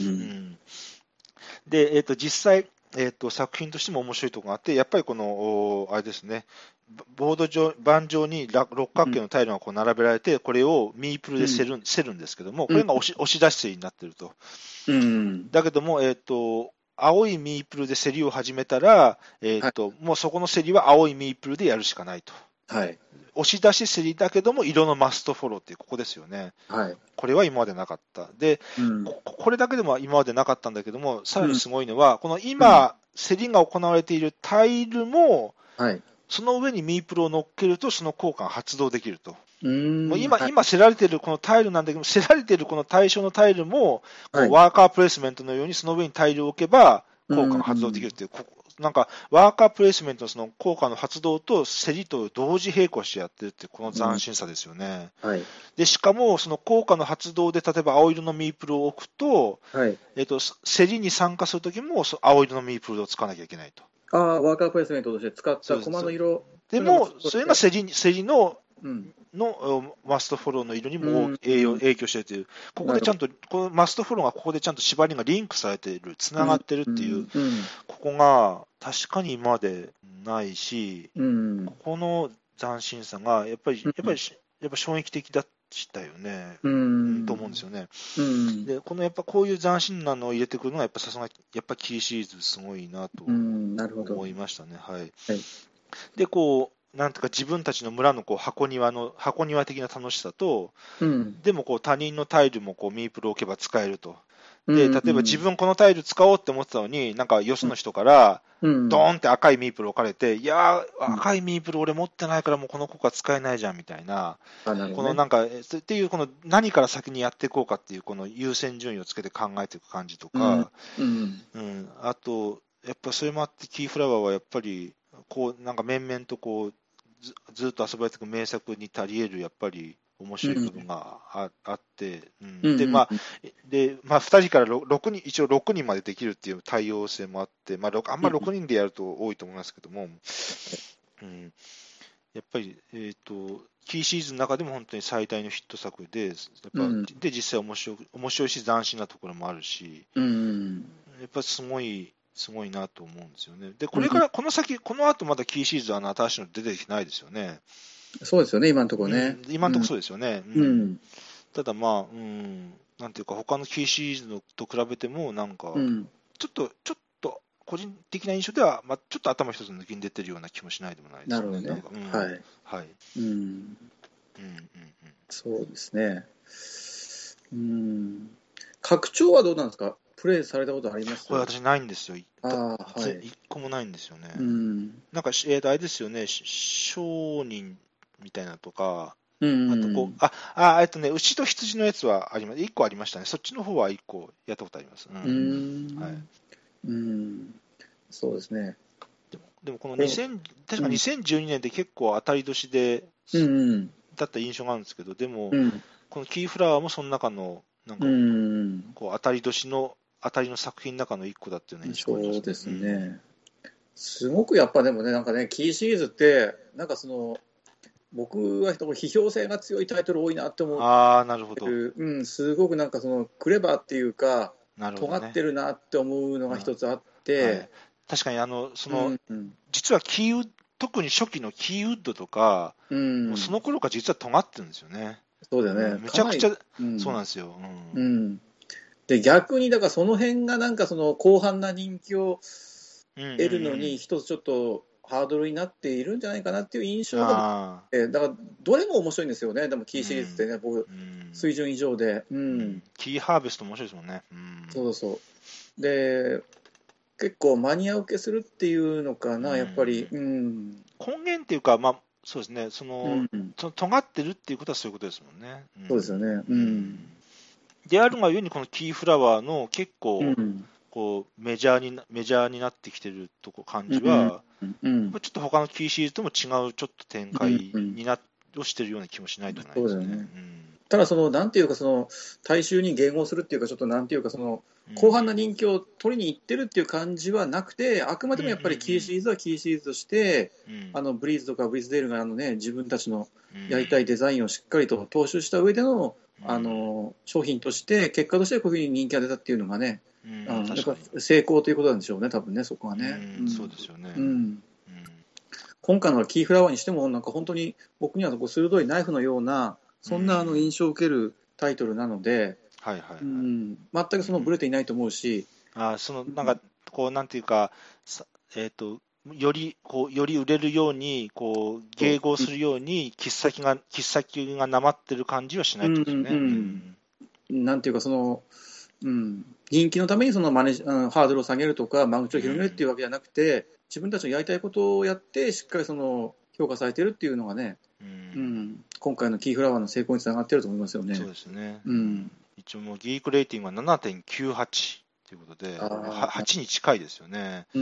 で、えーと、実際、えーと、作品としても面白いところがあって、やっぱりこの、あれですね、ボード上、盤上に六角形のタイルがこう並べられて、これをミープルでせる、うん、せるんですけども、これが押し、押し出し競りになっていると。うん、だけども、えっ、ー、と、青いミープルで競りを始めたら、えーとはい、もうそこの競りは青いミープルでやるしかないと。はい、押し出し競りだけども、色のマストフォローっていう、ここですよね。はい、これは今までなかった。で、うん、こ, これだけでも今までなかったんだけども、さらにすごいのは、うん、この今、競りが行われているタイルも、はいその上にミープルを乗っけると、その効果が発動できると。うんもう今、はい、今、競られているこのタイルなんだけど、競られているこの対象のタイルも、こうワーカープレイスメントのように、その上にタイルを置けば、効果が発動できるっていう、ここなんか、ワーカープレイスメントのその効果の発動と競りと同時並行してやってるっていう、この斬新さですよね。はい、でしかも、その効果の発動で、例えば青色のミープルを置くと、はいえっと、競りに参加するときも、青色のミープルを使わなきゃいけないと。 ああ、ワーカープレイスメントとして使ったコマの色でも、それが競り競りの、うん、のマストフォローの色にも影響、影響しているという、ここでちゃんと、このマストフォローがここでちゃんと縛りがリンクされている、つながっているっていう、うんうん、ここが確かに今までないし、うん、ここの斬新さがやっぱり、やっぱり、やっぱ衝撃的だしたよね、うん、と思うんですよね。うん、で、このやっぱこういう斬新なのを入れてくるのが、やっぱさすがやっぱキーシリーズすごいなと思いましたね。はい。はい、で、こう、なんとか自分たちの村のこう箱庭の箱庭的な楽しさと、うん、でもこう他人のタイルもこうミープルを置けば使えると。で、例えば自分このタイル使おうって思ってたのに、なんかよその人から、ドーンって赤いミープル置かれて、いやー、赤いミープル俺持ってないからもうこの効果使えないじゃんみたいな、このなんか、っていうこの何から先にやっていこうかっていうこの優先順位をつけて考えていく感じとか、うんうん、あと、やっぱそれもあってキーフラワーはやっぱり、こうなんか面々とこう ず, ずっと遊ばれていく名作に足り得るやっぱり面白い部分が あ,、あって、うん、でまあでまあふたりからろくにん一応ろくにんまでできるっていう対応性もあって、まあ、あんまりろくにんでやると多いと思いますけども、うん、やっぱりえっ、ー、とキーシーズンの中でも本当に最大のヒット作でやっぱ、うん、で実際面白い面白いし斬新なところもあるし、うん、やっぱすごいすごいなと思うんですよね。で、これから、この先、この後まだキーシーズンの新しいの出てきてないですよね。 そうですよね、今のところね。 うん、今のところそうですよね。 うん。うん、 ただまあ、うん、なんていうか、他のキーシリーズのと比べても、なんか、 うん、 ちょっと、ちょっと、個人的な印象では、まあ、ちょっと頭一つ抜きに出てるような気もしないでもないですよね。 なるほどね。 なんか、うん、 はい。 はい。 うん。 うんうんうん。 そうですね。うん。拡張はどうなんですか？プレイされたことあります？ これ私ないんですよ。 ああ、はい。 一個もないんですよね。 うん。 なんか、えーと、あれですよね、し商人みたいなとか、 うん。 あとこう、あ、あ、えっとね、牛と羊のやつはあります。一個ありましたね。そっちの方は一個やったことあります。ううん。はい。 ん。うん。そうですね。 でも、でもこのこれにせん、確かうん。 にせんじゅうにねんで結構当たり年で、 うん。 だった印象があるんですけど、でも、 うん。 このキーフラワーもその中の、なんうか、 ん。 こう、当たり年の、当たりの作品の中の一個だっていうような印象がありますね。 そうですね。すごくやっぱでもね、なんかね、キーシリーズって、なんかその、僕は批評性が強いタイトル多いなってうん、 思っああ、なるほど。 てる、うん、すごくなんかその、クレバーっていうか、 なるほどね。 尖ってるなって思うのうん、 が一つあっはい。 て、 確かに、あの、その、 うん、 実はキーウッド、特に初期のキーウッドとか、 うもうそん、 の頃から実は尖ってるんですよね。 そうだよね、 うん、めちかなり、 ゃくちゃ、 うん、 そうなんですよ。 うん。で、逆に、だからその辺がなんかその広範な人気をうん。うんうん得るのに、 うん。 一つちょっとハードルになっているんじゃないかなっていう印象が、 ああ、 えーだからどれも面白いんですよね、でもキーシリーズってうん。 ね、僕、 うん。 水準以上で。ううん、 ん。キーハーベスト面白いですもんね。うん。 そうそう。で、結構マニア受けするっていうのかうな、やっぱり。 ん。 うん、 根源っていうか、まあ、そうですね、その、 うん、 その尖ってるっていうことはそういうことですもんね。うん。 そうですよね。ううん。 ん、 であるがゆえに、このキーフラワーの結構、 うん、 こう、メジャーにな、メジャーになってきてるとこ感うん、 じは、 うん、 やっぱちょっと他のキーシリーズとも違うちょっと展うん、 開うん、 になをしてるような気もしないでもないですね。 そうだよね。ただその、なんていうか、その、大衆に迎合するっていうか、ちょっとなんていうか、その、 うん。 広範な人気を取りに行ってるっていう感じはなくて、あくまうん。うん。 でもやっぱりキーシリーズはキーシリーズとして、 うん。 あの、ブリーズとかブリーズデールがあのね、自分たちのうん。 やりたいデザインをしっかりと踏襲した上での、 うん。 あの、商品として、結果としてこういうふうに人気が出たっていうのがね、 うん。 あのやっぱ確かに。 成功ということなんでしょうね、多分ね、そこはね。 うん。そうですよね。 うん。うん。 うん。 今回のキーフラワーにしても、なんか本当に僕にはこう鋭いナイフのような、 うそんなあのん。 印象を受けるタイトルなので、 はいはいはい。 うん、全くそのブレていないと思うし、 あ、その、 うん、 なんか、こう、なんていうか、さえっと、より、こう、より売れるように、こう、 そ迎合するように、切っ先が、切っ先がなまってる感じはしないう、うんってことですよね。ううんん。 うん、なんていうかその、うん、人気のためにそのマネージ、うん、ハードルを下げるとか、間口を広げるっていうわけじゃなくて、自分たちのやりたいことをやって、しっかりその評価されてるっていうのがね、 ううん。 ん、今回のキーフラワーの成功につながってると思いますよそうね。 ですね。うん。 うん、 一応もう、ギークレーティングはななてんきゅうはちということで、もうはああ、 はちに近いですよね。 うん、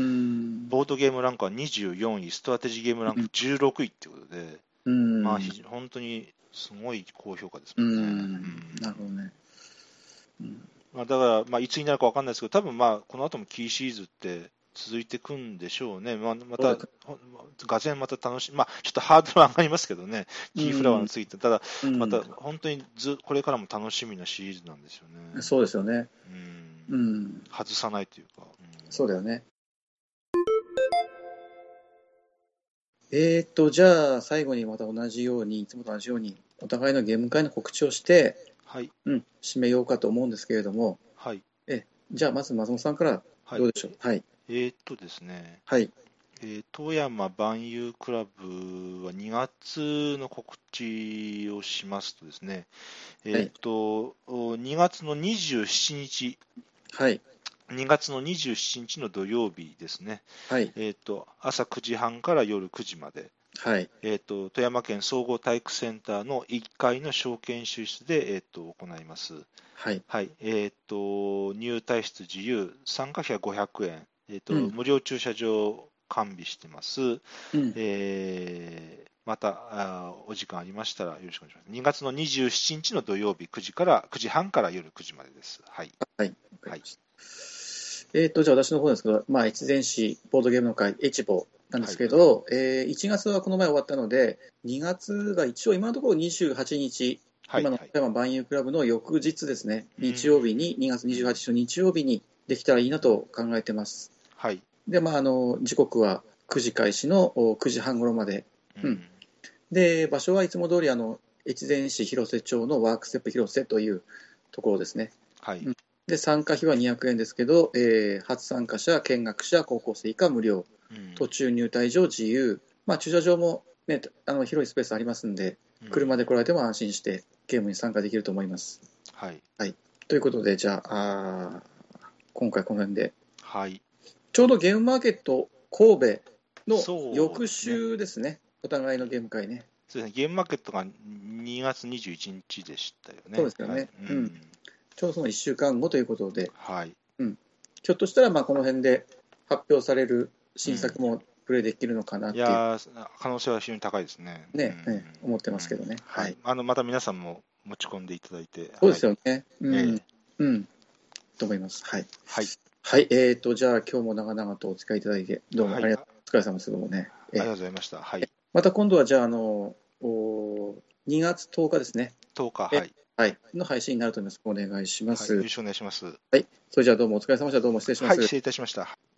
ボードゲームランクはにじゅうよんい、ストラテジーゲームランクじゅうろくいっていうことで、 うん、 まあ、非常に本当にすごい高評価ですうもんね。 ん、 うん。 なるほどね。うん、 まあ、だから、まあ、いつになるかわかんないですけど、多分まあ、この後もキーシーズって続いていくんでしょうね。まあ、また、がぜんまた楽しい、まあ、ちょっとハードル上がりますけどね、キーフラワーについて、ただ、また本当にずこれからも楽しみなシリーズなんですよね。 そうですよね。 うん。 うん、 外さないというか。うん、 そうだよね。えーっと、じゃあ、最後にまた同じように、いつもと同じように、お互いのゲーム会の告知をして、 はい。 うん、締めようかと思うんですけれども、 はい。 え、じゃあ、まず松本さんからはい。 どうでしょう。はい。 えーっとですね、 はい。 えー富山万有クラブはにがつの告知をしますとですね、えーっはい。 と、にがつのにじゅうしちにち、 はい。 にがつのにじゅうしちにちの土曜日ですね、 はい。 えーと、朝くじはんから夜くじまで、 はい。 えーと、富山県総合体育センターのいっかいの証券収室で、えーと、行います。 はい。 はい。えーと、入退室自由、参加費はごひゃくえん、えーと、 うん。 無料駐車場完備してます。 うん。 えーまたあお時間ありましたらよろしくお願いします。にがつのにじゅうしちにちの土曜日くじから、くじはんから夜くじまでです。はい。 はい。わかはい。 りました。えーっと、じゃあ私の方ですけど、まあ、越前市ボードゲームの会、エチボなんですけど、えー、いちがつはこの前終わったので、にがつが一応今のところにじゅうはちにち、 はい。 今のはい。 富山万有クラブの翌日ですね、 うん日曜日に、にがつにじゅうはちにちの日曜日にできたらいいなと考えてます。 はい。 で、まあ、あの、時刻はくじ開始のくじはん頃まで、 うん。 うん。 で、場所はいつも通りあの越前市広瀬町のワークステップ広瀬というところですね。 はい。 で、参加費はにひゃくえんですけど、えー初参加者、見学者、高校生以下無料、 うん、 途中入退場自由、まあ、駐車場も、ね、あの広いスペースありますんで、車で来られても安心してゲームに参加できると思います。 はい。 はい、ということで、じゃあ、あ今回この辺で、 はい、 ちょうどゲームマーケット神戸の翌週ですね、お互いのゲーム会ね。 そうですね、ゲームマーケットがにがつにじゅういちにちでしたよね。 そうですよね。はい、うん、うん、ちょうどそのいっしゅうかんごということで、 はい、 うん、ひょっとしたらまあこの辺で発表される新作もプレイできるのかなっていう、うん、いや可能性は非常に高いですね。 ね、うん、ね思ってますけどね。 うん、はい、あのまた皆さんも持ち込んでいただいて。 そうですよね。うん、 えー、 うん、と思います。はい。 はい。 はい、えーと、じゃあ今日も長々とお使いいただいて、どうもありがとう、はい、お疲れ様ですどうもね。 ありがとうございました。はい。 また今度はじゃあ、あの、にがつとおかですね。 とおか、はい。 はい、の配信になると思います。お願いします。 はい、よろしくお願いします。 はい、それじゃあどうもお疲れ様でした。どうも失礼します。 はい、失礼いたしました。